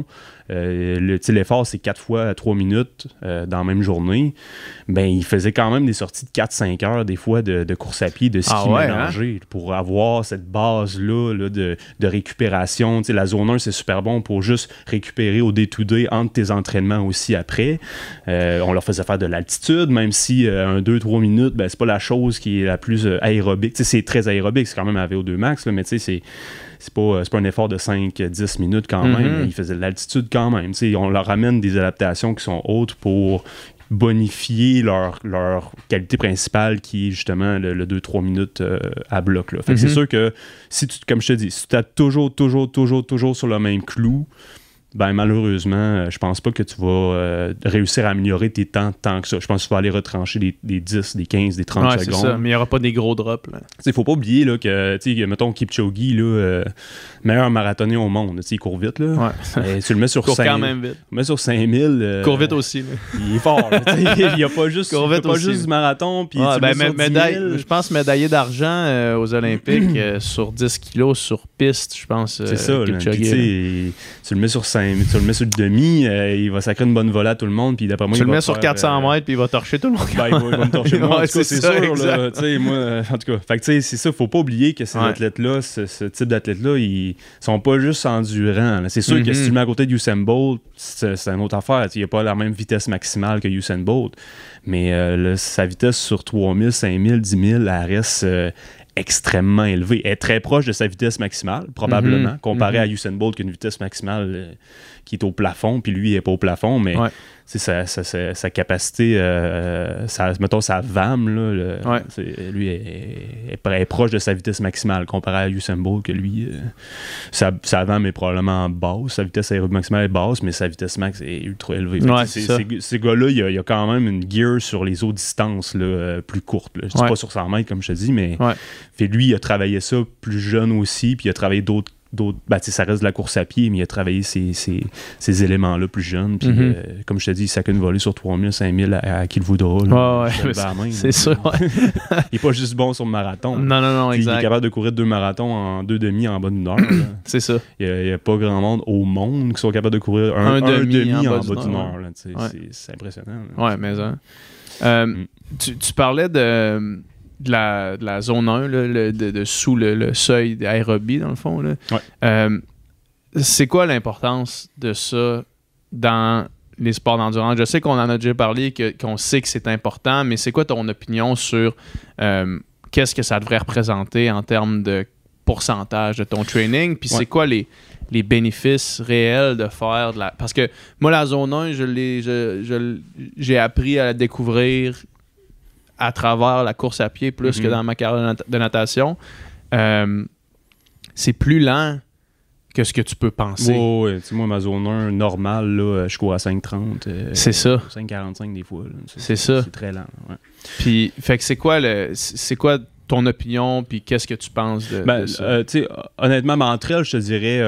B: L'effort, c'est 4 fois 3 minutes dans la même journée. Ben, il faisait quand même des sorties de 4-5 heures, des fois, de course à pied, de ski mélangé, pour avoir cette base-là là, de récupération. Tu sais, la zone 1, c'est super bon pour juste récupérer au day-to-day entre tes entraînements aussi après. On leur faisait faire de l'altitude, même si 2-3 minutes, ben, c'est pas la chose qui est la plus aérobique. Tu sais, c'est très aérobique, c'est quand même à VO2 max, là, mais tu sais, c'est pas un effort de 5-10 minutes quand même. Ils faisaient de l'altitude quand même. T'sais, on leur amène des adaptations qui sont hautes pour bonifier leur qualité principale qui est justement le 2-3 minutes à bloc. Là. Fait que c'est sûr que, comme je te dis, si tu tapes toujours sur le même clou, ben malheureusement, je pense pas que tu vas réussir à améliorer tes temps tant que ça. Je pense que tu vas aller retrancher des 10, des 15, des 30 secondes.
A: C'est ça, mais il n'y aura pas des gros drops.
B: Il faut pas oublier là, que, mettons, Kipchoge, meilleur marathonien au monde, il court vite. Là. Ouais. Tu le mets sur 5 000. Quand même vite. Tu le mets sur 5000.
A: Court vite aussi. Là.
B: Il est fort. Il n'y a pas juste, du marathon. Puis
A: je pense médaillé d'argent aux Olympiques sur 10 kilos sur piste, je pense.
B: C'est ça. Puis, tu le mets sur 5. Tu le mets sur le demi, il va sacrer une bonne volée à tout le monde, puis d'après moi,
A: tu le mets sur 400 mètres, puis il va torcher tout le monde.
B: Ben, il va me torcher moi, en tout cas, c'est sûr. Là, moi, en tout cas, fait que, c'est ça, faut pas oublier que ces athlètes-là, ce type d'athlètes-là, ils sont pas juste endurants. Là. C'est sûr que si tu le mets à côté de Usain Bolt, c'est une autre affaire. Il n'y a pas la même vitesse maximale que Usain Bolt, mais sa vitesse sur 3000, 5000, 10 000, elle reste extrêmement élevée. Elle est très proche de sa vitesse maximale, probablement, comparé à Usain Bolt qui a une vitesse maximale qui est au plafond, puis lui, il n'est pas au plafond, mais sa capacité, mettons sa VAM, là, lui est proche de sa vitesse maximale, comparé à Usain Bolt, que lui, sa VAM est probablement basse, sa vitesse aérobique maximale est basse, mais sa vitesse max est ultra élevée. Ces gars-là, il y a quand même une gear sur les autres distances là, plus courtes. Là. Je dis pas sur 100 mètres, comme je te dis, mais lui, il a travaillé ça plus jeune aussi, puis il a travaillé d'autres ça reste de la course à pied, mais il a travaillé ces éléments-là plus jeunes. Puis, comme je te dis, il sac une volée sur 3000, 5000 à qui le voudra.
A: C'est sûr.
B: Il n'est pas juste bon sur le marathon.
A: Non, exact.
B: Il est capable de courir 2 marathons en 2 demi en bas d'une heure.
A: C'est ça. Il
B: n'y a pas grand monde au monde qui soit capable de courir un demi en bas d'une heure. C'est impressionnant.
A: Oui, mais tu parlais de la zone 1, là, de sous le seuil d'aérobie, dans le fond. Là. C'est quoi l'importance de ça dans les sports d'endurance? Je sais qu'on en a déjà parlé, qu'on sait que c'est important, mais c'est quoi ton opinion sur qu'est-ce que ça devrait représenter en termes de pourcentage de ton training? Puis c'est quoi les bénéfices réels de faire de la... Parce que moi, la zone 1, j'ai appris à la découvrir à travers la course à pied plus que dans ma carrière de natation. C'est plus lent que ce que tu peux penser.
B: Oui. Moi, ma zone 1 normale, là, je cours à 5,30.
A: C'est ça.
B: 5,45 des fois. Là.
A: C'est ça.
B: C'est très lent. Ouais.
A: Puis, fait que c'est quoi ton opinion, puis qu'est-ce que tu penses de ça?
B: Honnêtement, entre elles, je te dirais,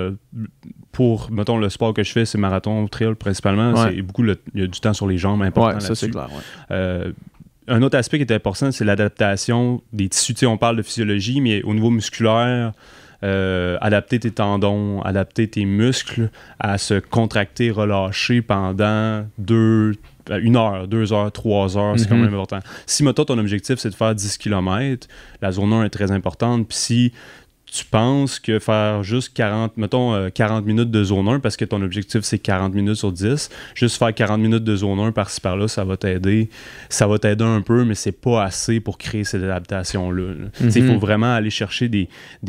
B: pour, mettons, le sport que je fais, c'est marathon, trail principalement. C'est beaucoup, il y a du temps sur les jambes important là-dessus.
A: Ça, c'est clair.
B: Un autre aspect qui est important, c'est l'adaptation des tissus. On parle de physiologie, mais au niveau musculaire, adapter tes tendons, adapter tes muscles à se contracter, relâcher pendant 1 heure, 2 heures, 3 heures, c'est quand même important. Si, mettons, ton objectif, c'est de faire 10 km, la zone 1 est très importante. Puis si tu penses que faire juste 40 minutes de zone 1, parce que ton objectif, c'est 40 minutes sur 10, juste faire 40 minutes de zone 1 par-ci par-là, ça va t'aider. Ça va t'aider un peu, mais c'est pas assez pour créer cette adaptation-là. Il faut vraiment aller chercher des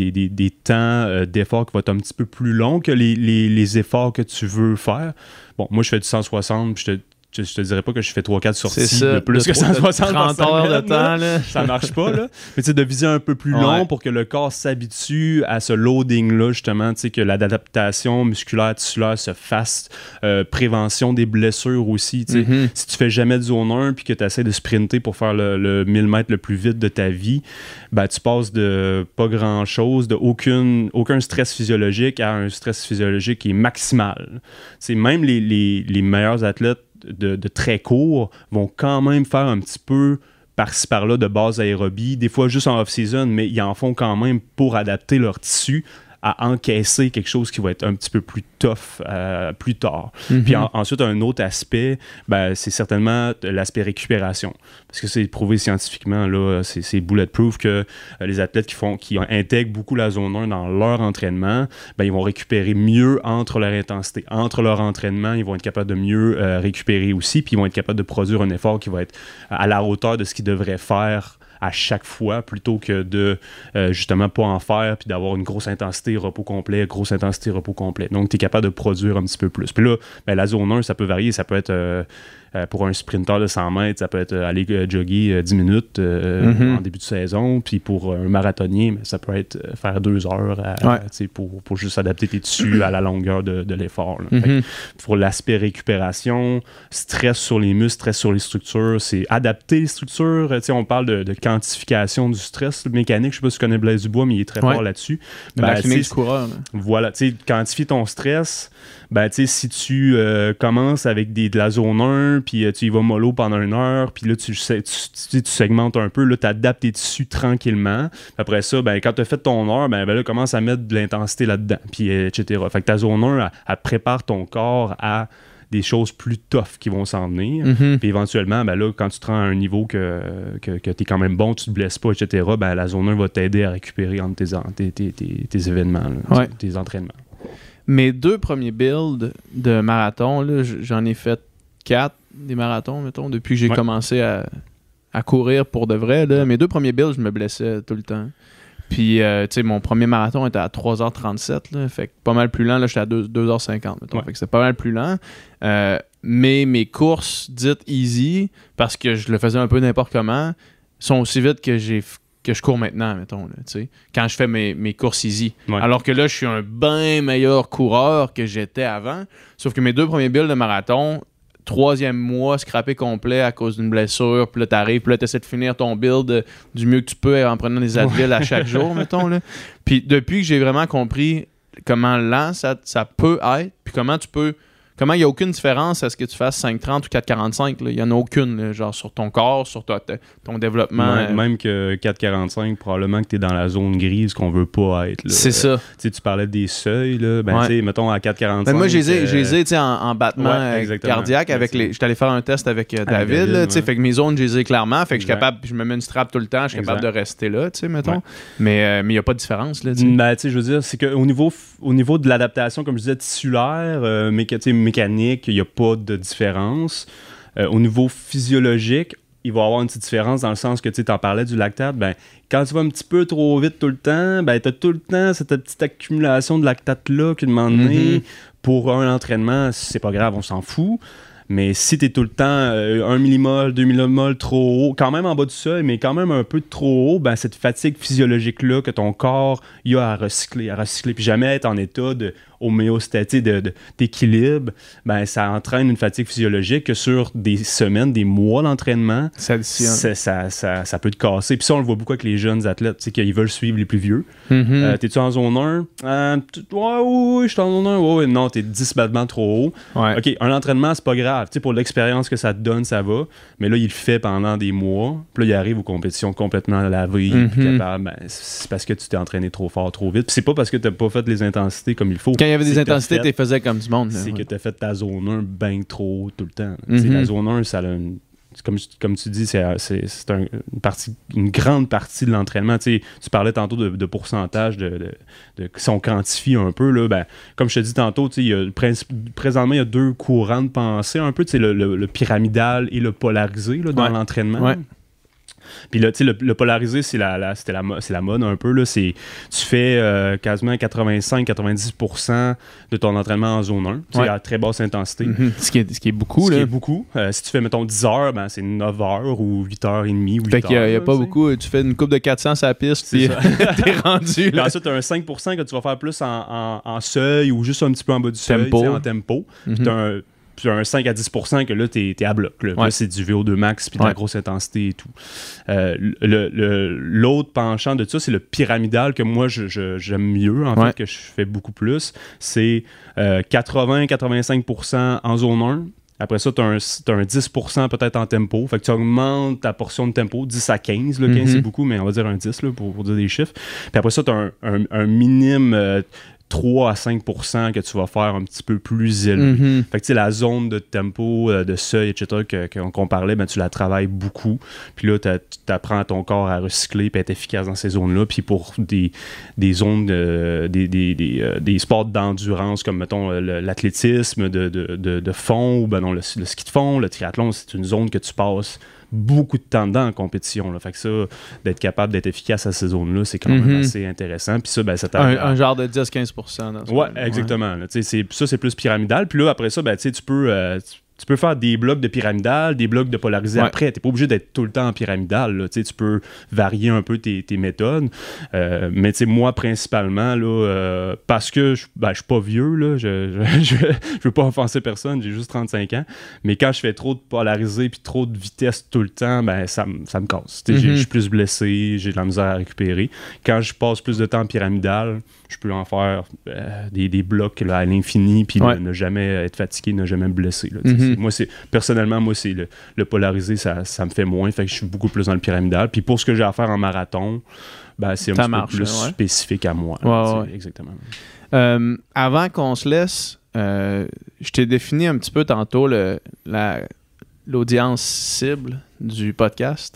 B: temps d'effort qui vont être un petit peu plus longs que les efforts que tu veux faire. Bon, moi, je fais du 160, puis je te dirais pas que je fais 3-4 sorties de plus que 160
A: 30 heures de temps. Là.
B: Ça marche pas. Là. Mais tu sais, de viser un peu plus long pour que le corps s'habitue à ce loading-là, justement, tu sais, que l'adaptation musculaire, tissulaire se fasse, prévention des blessures aussi. Tu sais. Si tu fais jamais de zone 1 puis que tu essaies de sprinter pour faire le 1000 mètres le plus vite de ta vie, ben, tu passes de pas grand-chose, de aucun stress physiologique à un stress physiologique qui est maximal. C'est même les meilleurs athlètes de très court vont quand même faire un petit peu par-ci par-là de base aérobie, des fois juste en off-season, mais ils en font quand même pour adapter leur tissu à encaisser quelque chose qui va être un petit peu plus tough plus tard. Puis ensuite, un autre aspect, ben, c'est certainement l'aspect récupération. Parce que c'est prouvé scientifiquement, là, c'est bulletproof que les athlètes qui intègrent beaucoup la zone 1 dans leur entraînement, ben, ils vont récupérer mieux entre leur intensité. Entre leur entraînement, ils vont être capables de mieux récupérer aussi, puis ils vont être capables de produire un effort qui va être à la hauteur de ce qu'ils devraient faire à chaque fois, plutôt que de justement pas en faire puis d'avoir une grosse intensité, repos complet, grosse intensité, repos complet. Donc, tu es capable de produire un petit peu plus. Puis là, ben, la zone 1, ça peut varier. Ça peut être, pour un sprinter de 100 mètres, ça peut être aller jogger 10 minutes en début de saison. Puis pour un marathonien, ça peut être faire 2 heures pour juste adapter tes tissus à la longueur de l'effort. Pour l'aspect récupération, stress sur les muscles, stress sur les structures, c'est adapter les structures. On parle de quantification du stress mécanique. Je ne sais pas si tu connais Blaise Dubois, mais il est très fort là-dessus.
A: La clinique du coureur.
B: Voilà, quantifier ton stress. Ben, si tu commences avec de la zone 1, puis tu y vas mollo pendant 1 heure, puis là, tu segmentes un peu, là, tu adaptes tes tissus tranquillement. Après ça, ben, quand tu as fait ton heure, ben là, commence à mettre de l'intensité là-dedans, puis etc. Fait que ta zone 1, elle prépare ton corps à des choses plus tough qui vont s'en venir. Puis éventuellement, ben là, quand tu te rends à un niveau que tu es quand même bon, tu te blesses pas, etc., ben, la zone 1 va t'aider à récupérer entre tes événements, là, tes entraînements.
A: Mes 2 premiers builds de marathon, là, j'en ai fait 4 des marathons, mettons, depuis que j'ai commencé à courir pour de vrai. Là. Mes 2 premiers builds, je me blessais tout le temps. Puis, tu sais, mon premier marathon était à 3h37, là, fait que pas mal plus lent. Là, j'étais à 2h50, mettons. Fait que c'était pas mal plus lent. Mais mes courses dites easy, parce que je le faisais un peu n'importe comment, sont aussi vite que je cours maintenant, mettons, là, quand je fais mes courses easy. Alors que là, je suis un bien meilleur coureur que j'étais avant. Sauf que mes 2 premiers builds de marathon, 3e mois, scrappé complet à cause d'une blessure, puis là, t'arrives, puis là, t'essaies de finir ton build du mieux que tu peux en prenant des Advil à chaque jour, mettons, là. Puis depuis que j'ai vraiment compris comment lent ça peut être, puis comment il n'y a aucune différence à ce que tu fasses 5,30 ou 4,45. Il n'y en a aucune, là, genre sur ton corps, sur ton développement.
B: Même que 4,45, probablement que tu es dans la zone grise qu'on veut pas être. Là.
A: C'est ça.
B: Tu parlais des seuils, là, mettons à 4,45.
A: Ben moi, je les ai en battement cardiaque. J'étais allé faire un test avec David. Fait que mes zones, je les ai clairement. Fait que je suis capable, je me mets une strap tout le temps, je suis capable de rester là, mettons. Mais il n'y a pas de différence. Là,
B: je veux dire, c'est qu'au niveau de l'adaptation, comme je disais, tissulaire, mécanique, il n'y a pas de différence. Au niveau physiologique, il va y avoir une petite différence dans le sens que tu en parlais du lactate. Ben, quand tu vas un petit peu trop vite tout le temps, ben, tu as tout le temps cette petite accumulation de lactate-là qui demande pour un entraînement, c'est pas grave, on s'en fout. Mais si tu es tout le temps 1 millimol, 2 millimol trop haut, quand même en bas du seuil, mais quand même un peu trop haut, ben cette fatigue physiologique-là que ton corps a à recycler, puis jamais être en état de homéostatie, d'équilibre, ben, ça entraîne une fatigue physiologique que sur des semaines, des mois d'entraînement, ça peut te casser. Puis ça, on le voit beaucoup avec les jeunes athlètes, tu sais, qu'ils veulent suivre les plus vieux. T'es-tu en zone 1? Oui, je suis en zone 1. Ouais, non, t'es 10 battements trop haut.
A: Ouais.
B: OK, un entraînement, c'est pas grave. Tu sais, pour l'expérience que ça te donne, ça va. Mais là, il le fait pendant des mois. Puis là, il arrive aux compétitions complètement lavé, capable. Ben, c'est parce que tu t'es entraîné trop fort, trop vite. Puis c'est pas parce que t'as pas fait les intensités comme il faut.
A: Quand il y avait des intensités, tu les faisais comme du monde.
B: C'est que t'as fait ta zone 1 bien trop haut tout le temps. La zone 1, ça a comme tu dis, c'est une grande partie de l'entraînement. Tu parlais tantôt de pourcentage, si on quantifie un peu, là, ben, comme je te dis tantôt, présentement, il y a 2 courants de pensée, un peu, le pyramidal et le polarisé là, dans l'entraînement.
A: Ouais.
B: Puis là, tu sais, le polarisé, c'est la mode un peu. Là. Tu fais quasiment 85-90% de ton entraînement en zone 1, à très basse intensité.
A: Ce qui est beaucoup.
B: Ce qui est beaucoup. Si tu fais, mettons, 10 heures, ben, c'est 9 heures ou 8h30 ou 8
A: heures. Fait qu'il n'y a pas beaucoup. Tu fais une coupe de 400 sur la piste, puis t'es rendu.
B: Puis ensuite, tu as un 5% que tu vas faire plus en seuil ou juste un petit peu en bas du seuil, en tempo. Puis tu as un 5 à 10% que là, t'es à bloc. Là, c'est du VO2 max puis de la grosse intensité et tout. L'autre penchant de ça, c'est le pyramidal que moi, j'aime mieux, en fait, que je fais beaucoup plus. C'est 80-85% en zone 1. Après ça, tu as un 10% peut-être en tempo. Fait que tu augmentes ta portion de tempo, 10 à 15. Là, 15, c'est beaucoup, mais on va dire un 10 là, pour dire des chiffres. Puis après ça, tu as un minime 3 à 5% que tu vas faire un petit peu plus élevé. Fait que tu sais, la zone de tempo, de seuil, etc., qu'on parlait, ben, tu la travailles beaucoup. Puis là, tu apprends ton corps à recycler et être efficace dans ces zones-là. Puis pour des zones, des sports d'endurance comme, mettons, l'athlétisme de fond ou ben non, le ski de fond, le triathlon, c'est une zone que tu passes beaucoup de temps dedans en compétition. Là. Fait que ça, d'être capable d'être efficace à ces zones-là, c'est quand même assez intéressant. Puis ça, ben, ça
A: un genre de 10-15%.
B: Ouais, exactement. Là, ça, c'est plus pyramidal. Puis là, après ça, ben, tu peux faire des blocs de pyramidal, des blocs de polarisé après. Tu n'es pas obligé d'être tout le temps en pyramidal. Là. Tu peux varier un peu tes méthodes. Mais moi, principalement, là, parce que je suis pas vieux, là, je veux pas offenser personne, j'ai juste 35 ans. Mais quand je fais trop de polarisé et trop de vitesse tout le temps, ben, ça me casse. Je suis plus blessé, j'ai de la misère à récupérer. Quand je passe plus de temps en pyramidal, je peux en faire des blocs là, à l'infini puis ne jamais être fatigué, ne jamais me blesser. Là, personnellement, c'est le polarisé, ça me fait moins. Fait que je suis beaucoup plus dans le pyramidal. Puis pour ce que j'ai à faire en marathon, ben, c'est un petit peu plus spécifique à moi. Exactement.
A: Avant qu'on se laisse, je t'ai défini un petit peu tantôt l'audience cible du podcast.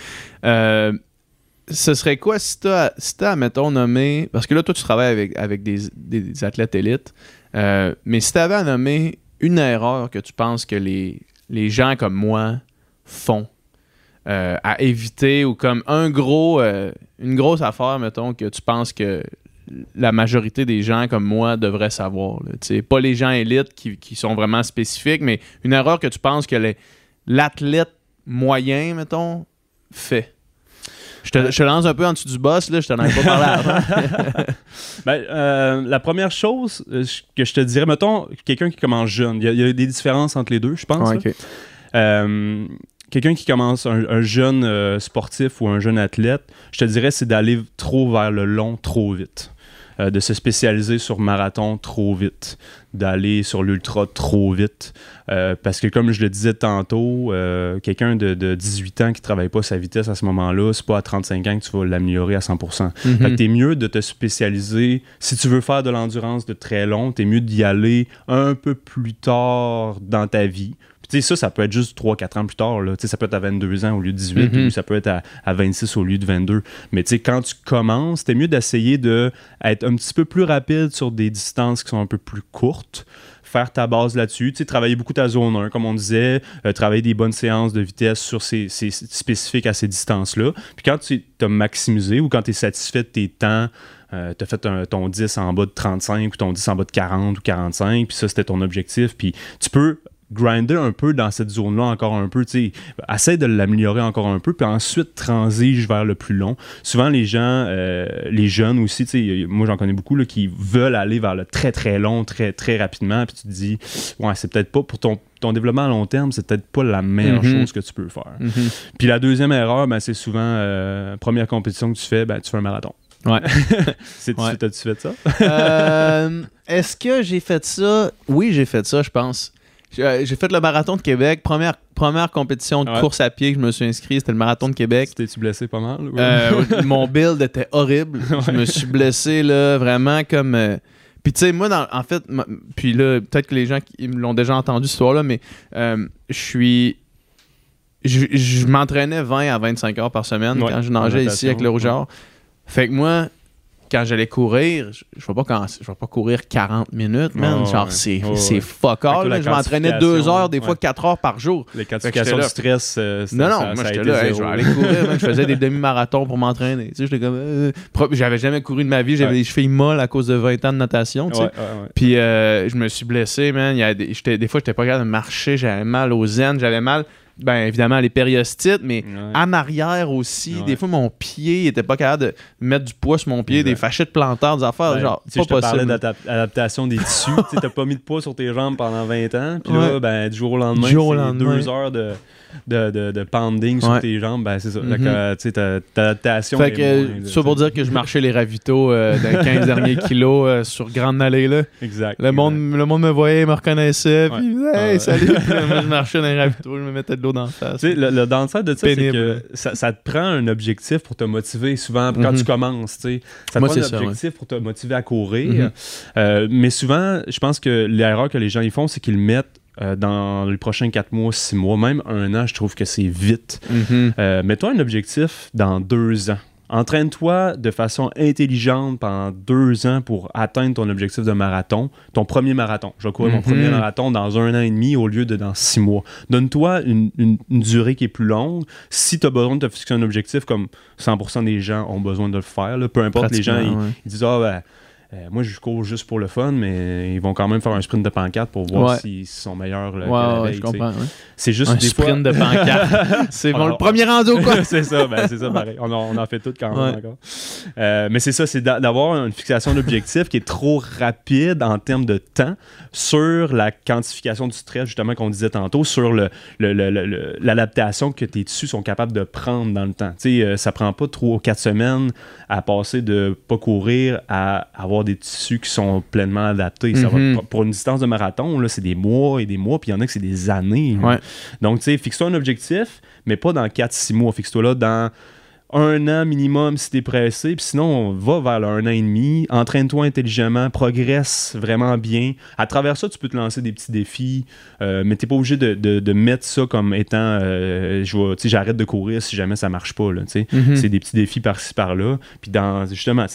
A: Ce serait quoi si t'as, mettons, nommé... Parce que là, toi, tu travailles avec des athlètes élites. Mais si t'avais à nommer une erreur que tu penses que les gens comme moi font à éviter, ou comme une grosse affaire, mettons, que tu penses que la majorité des gens comme moi devraient savoir. Là, pas les gens élites qui sont vraiment spécifiques, mais une erreur que tu penses que l'athlète moyen, mettons, fait. Je te lance un peu en dessous du boss, là, je t'en avais pas parlé avant.
B: La première chose que je te dirais, mettons, quelqu'un qui commence jeune, il y a des différences entre les deux, je pense.
A: Okay.
B: Quelqu'un qui commence un jeune sportif ou un jeune athlète, je te dirais, c'est d'aller trop vers le long trop vite. De se spécialiser sur marathon trop vite, d'aller sur l'ultra trop vite. Parce que comme je le disais tantôt, quelqu'un de 18 ans qui ne travaille pas sa vitesse à ce moment-là, c'est pas à 35 ans que tu vas l'améliorer à 100%. Fait que t'es mieux de te spécialiser. Si tu veux faire de l'endurance de très long, t'es mieux d'y aller un peu plus tard dans ta vie. Ça peut être juste 3-4 ans plus tard. Là. Ça peut être à 22 ans au lieu de 18 ou ça peut être à 26 au lieu de 22. Mais quand tu commences, c'est mieux d'essayer d'être un petit peu plus rapide sur des distances qui sont un peu plus courtes. Faire ta base là-dessus, travailler beaucoup ta zone 1, comme on disait, travailler des bonnes séances de vitesse sur ces spécifiques à ces distances-là. Puis quand tu as maximisé ou quand tu es satisfait de tes temps, tu as fait ton 10 en bas de 35 ou ton 10 en bas de 40 ou 45, puis ça, c'était ton objectif. Puis tu peux grinder un peu dans cette zone-là encore un peu, tu sais, essaie de l'améliorer encore un peu, puis ensuite transige vers le plus long. Souvent, les gens, les jeunes aussi, tu sais, moi j'en connais beaucoup là, qui veulent aller vers le très très long, très très rapidement, puis tu te dis, ouais, c'est peut-être pas pour ton développement à long terme, c'est peut-être pas la meilleure chose que tu peux faire. Puis la deuxième erreur, ben, c'est souvent, première compétition que tu fais, ben, tu fais un marathon.
A: Ouais.
B: T'as-tu fait ça?
A: Est-ce que j'ai fait ça? Oui, j'ai fait ça, je pense. J'ai fait le marathon de Québec. Première compétition de course à pied que je me suis inscrit, c'était le marathon de Québec.
B: T'es-tu blessé pas mal?
A: Mon build était horrible. Je me suis blessé là, vraiment comme... Puis tu sais, moi, en fait, puis là, peut-être que les gens qui l'ont déjà entendu ce soir-là, mais je m'entraînais 20 à 25 heures par semaine quand je nageais ici avec le rougeur. Fait que moi, quand j'allais courir, je vais pas courir 40 minutes, man. Genre, c'est fuck all. Je m'entraînais 2 heures, des fois 4 heures par jour.
B: Les quantifications du stress,
A: moi, j'étais là, je vais aller courir, man. Je faisais des demi-marathons pour m'entraîner. Tu sais, j'étais comme... J'avais jamais couru de ma vie, j'avais les chevilles molles à cause de 20 ans de natation, tu sais. Puis je me suis blessé, man. Des fois, j'étais pas capable de marcher, j'avais mal aux aines, j'avais mal... Ben évidemment les périostites, mais en arrière aussi, des fois mon pied était pas capable de mettre du poids sur mon pied, des fascites plantaires, des affaires, genre pas possible. Je te parlais
B: d'adaptation des tissus, t'as pas mis de poids sur tes jambes pendant 20 ans, puis là, ben du jour au lendemain, c'est 2 heures de pounding sur tes jambes, ben c'est ça. Tu sais, ta adaptation.
A: Fait que ça pour dire que je marchais les ravitaux dans 15 derniers kilos sur Grande Allée là.
B: Exact.
A: Le monde me voyait, me reconnaissait, puis hey, salut. Moi je marchais dans les ravitaux, je me mettais de l'eau dans la face.
B: Tu sais, le downside de ça, c'est que ça te prend un objectif pour te motiver souvent quand tu commences, tu sais. Ça te prend un objectif pour te motiver à courir. Mais souvent, je pense que l'erreur que les gens y font, c'est qu'ils mettent dans les prochains 4 mois, 6 mois, même 1 an, je trouve que c'est vite. Mets-toi un objectif dans 2 ans. Entraîne-toi de façon intelligente pendant 2 ans pour atteindre ton objectif de marathon, ton premier marathon. Je vais courir mon premier marathon dans 1 an et demi au lieu de dans 6 mois. Donne-toi une durée qui est plus longue. Si tu as besoin de te fixer un objectif comme 100% des gens ont besoin de le faire, là, peu importe, les gens ils disent « Ah, ben, moi, je cours juste pour le fun, mais ils vont quand même faire un sprint de pancarte pour voir s'ils sont meilleurs là, que la veille.
A: Je comprends.
B: C'est juste
A: un sprint de pancarte. C'est bon, le premier rando, quoi.
B: C'est ça, pareil. On en fait tout quand même encore. Mais c'est ça, c'est d'avoir une fixation d'objectif qui est trop rapide en termes de temps sur la quantification du stress, justement, qu'on disait tantôt, sur l'adaptation que tes tissus sont capables de prendre dans le temps. Tu sais, ça prend pas 3 ou 4 semaines à passer de pas courir à avoir des tissus qui sont pleinement adaptés. Ça va, pour une distance de marathon, là, c'est des mois et des mois, puis il y en a que c'est des années. Donc, tu sais, fixe-toi un objectif, mais pas dans 4-6 mois. Fixe-toi là dans 1 an minimum si t'es pressé, puis sinon, va vers le 1 an et demi, entraîne-toi intelligemment, progresse vraiment bien. À travers ça, tu peux te lancer des petits défis, mais t'es pas obligé de mettre ça comme étant j'arrête de courir si jamais ça marche pas. Là, c'est des petits défis par-ci, par-là. Puis dans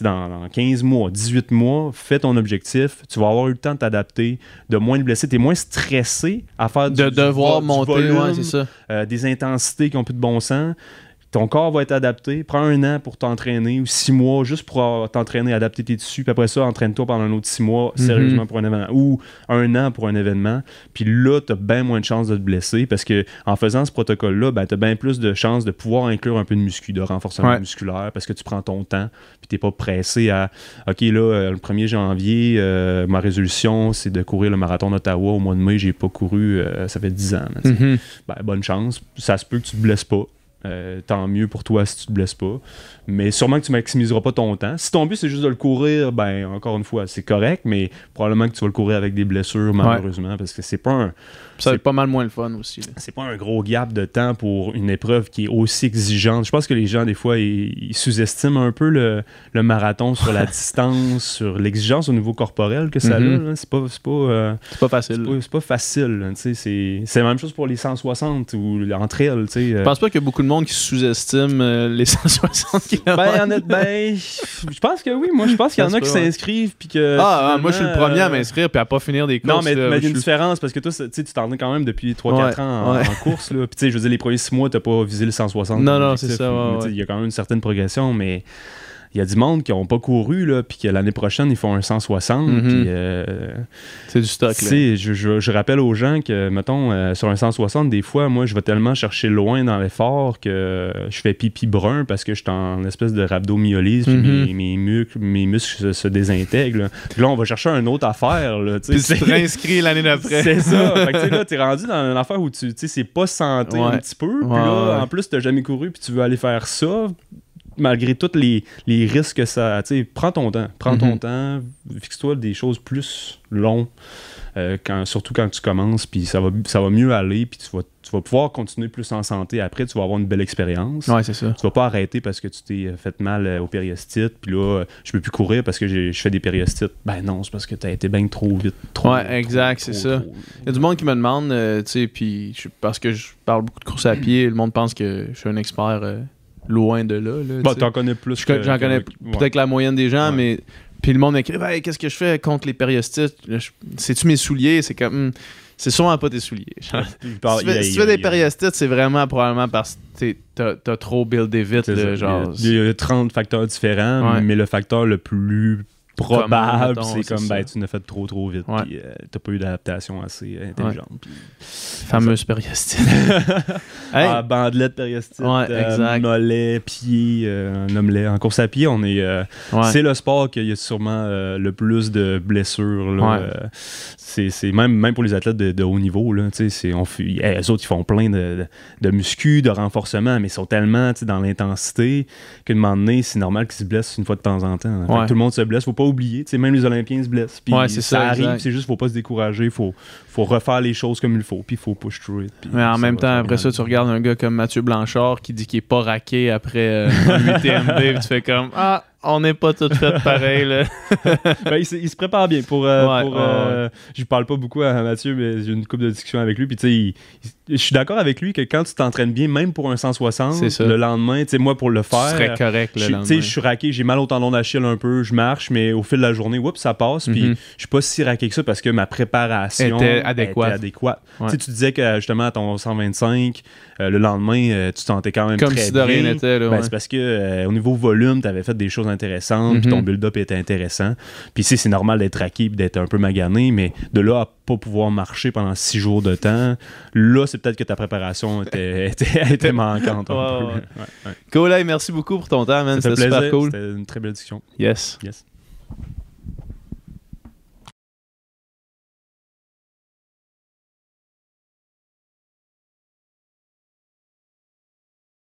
B: 15 mois, 18 mois, fais ton objectif, tu vas avoir eu le temps de t'adapter, de moins te blesser, t'es moins stressé à faire
A: devoir monter, volume, c'est ça.
B: Des intensités qui ont plus de bon sens. Ton corps va être adapté. Prends 1 an pour t'entraîner ou 6 mois juste pour t'entraîner, adapter tes tissus. Puis après ça, entraîne-toi pendant un autre 6 mois sérieusement pour un événement. Ou 1 an pour un événement. Puis là, tu as bien moins de chances de te blesser parce qu'en faisant ce protocole-là, ben, tu as bien plus de chances de pouvoir inclure un peu de renforcement musculaire parce que tu prends ton temps. Puis tu n'es pas pressé à OK, là, le 1er janvier, ma résolution, c'est de courir le marathon d'Ottawa. Au mois de mai, j'ai pas couru. Ça fait 10 ans. Ben, bonne chance. Ça se peut que tu te blesses pas. Tant mieux pour toi si tu te blesses pas, mais sûrement que tu maximiseras pas ton temps. Si ton but c'est juste de le courir, ben encore une fois c'est correct, mais probablement que tu vas le courir avec des blessures malheureusement parce que c'est pas un...
A: Ça va être pas mal moins le fun aussi. Là.
B: C'est pas un gros gap de temps pour une épreuve qui est aussi exigeante. Je pense que les gens, des fois, ils sous-estiment un peu le marathon sur la distance, sur l'exigence au niveau corporel que ça a. Là. C'est pas
A: facile.
B: C'est pas facile. C'est la même chose pour les 160 ou entre elles.
A: Je pense pas qu'il y a beaucoup de monde qui sous-estime les 160 km.
B: Je pense que oui. Moi, je pense qu'il y en a qui s'inscrivent. Puis que
A: moi, je suis le premier à m'inscrire puis à pas finir des courses.
B: Non, mais il y a une différence parce que toi, tu t'en es quand même depuis 3-4 ans en course. Là. Puis, tu sais, je veux dire, les premiers 6 mois, t'as pas visé le 160.
A: Non, c'est ça.
B: Il y a quand même une certaine progression, mais il y a du monde qui n'ont pas couru, là, puis que l'année prochaine, ils font un 160.
A: C'est du stock.
B: Je rappelle aux gens que, mettons, sur un 160, des fois, moi, je vais tellement chercher loin dans l'effort que je fais pipi brun parce que je suis en espèce de rhabdomyolyse, puis mes muscles se désintègrent. Là, on va chercher une autre affaire. Là,
A: puis tu te réinscris l'année d'après.
B: C'est ça. Fait que, là, t'es rendu dans une affaire où c'est pas santé un petit peu. Puis là, en plus, t'as jamais couru, puis tu veux aller faire ça. Malgré tous les risques que ça... Prends ton temps. Ton temps. Fixe-toi des choses plus longues. Surtout quand tu commences, puis ça va mieux aller, puis tu vas pouvoir continuer plus en santé. Après, tu vas avoir une belle expérience.
A: Ouais, c'est ça.
B: Tu vas pas arrêter parce que tu t'es fait mal au périostite, puis là, je peux plus courir parce que je fais des périostites. Ben non, c'est parce que tu as été bien trop vite.
A: Exact, c'est ça. Il y a du monde qui me demande, puis parce que je parle beaucoup de course à pied, le monde pense que je suis un expert loin de là.
B: T'en connais plus que...
A: J'en connais peut-être que la moyenne des gens, mais... Puis le monde m'écrit hey, qu'est-ce que je fais contre les périostites? C'est-tu mes souliers? C'est comme c'est sûrement pas tes souliers. Si tu fais des périostites, c'est vraiment probablement parce que t'as trop buildé vite. Genre...
B: Il y a 30 facteurs différents, mais le facteur le plus probable, c'est comme tu n'as fait trop vite, puis t'as pas eu d'adaptation assez intelligente.
A: Fameuse périostite.
B: Bandelette, périostite, mollet, pied, un omelet. En course à pied, on est c'est le sport qu'il y a sûrement le plus de blessures. Là, c'est même pour les athlètes de haut niveau, là, eux autres, ils font plein de muscu, de renforcement, mais ils sont tellement dans l'intensité qu'à un moment donné, c'est normal qu'ils se blessent une fois de temps en temps. Tout le monde se blesse, faut pas oublier, même les Olympiens se blessent. Puis ça arrive, c'est juste, faut pas se décourager, faut refaire les choses comme il faut, puis il faut push through it.
A: Mais en même temps, après ça, tu regardes un gars comme Mathieu Blanchard qui dit qu'il est pas raqué après un UTMB, tu fais comme on n'est pas tout fait pareil. Là.
B: Il se prépare bien. Je parle pas beaucoup à Mathieu, mais j'ai une couple de discussions avec lui. Puis je suis d'accord avec lui que quand tu t'entraînes bien, même pour un 160, le lendemain, moi pour le faire,
A: tu serais correct le lendemain.
B: Je suis raqué, j'ai mal au tendon d'Achille un peu, je marche, mais au fil de la journée, ça passe. Puis je suis pas si raqué que ça parce que ma préparation
A: était adéquate.
B: Tu disais que justement à ton 125, le lendemain, tu te sentais quand même
A: comme
B: très
A: si de rien n'était.
B: C'est parce que au niveau volume, tu avais fait des choses intéressantes, puis ton build-up était intéressant. Puis c'est normal d'être raqué et d'être un peu magané, mais de là à pas pouvoir marcher pendant 6 jours de temps, là, c'est peut-être que ta préparation était manquante un peu.
A: Cool, merci beaucoup pour ton temps, man. C'était super cool.
B: C'était une très belle discussion.
A: Yes.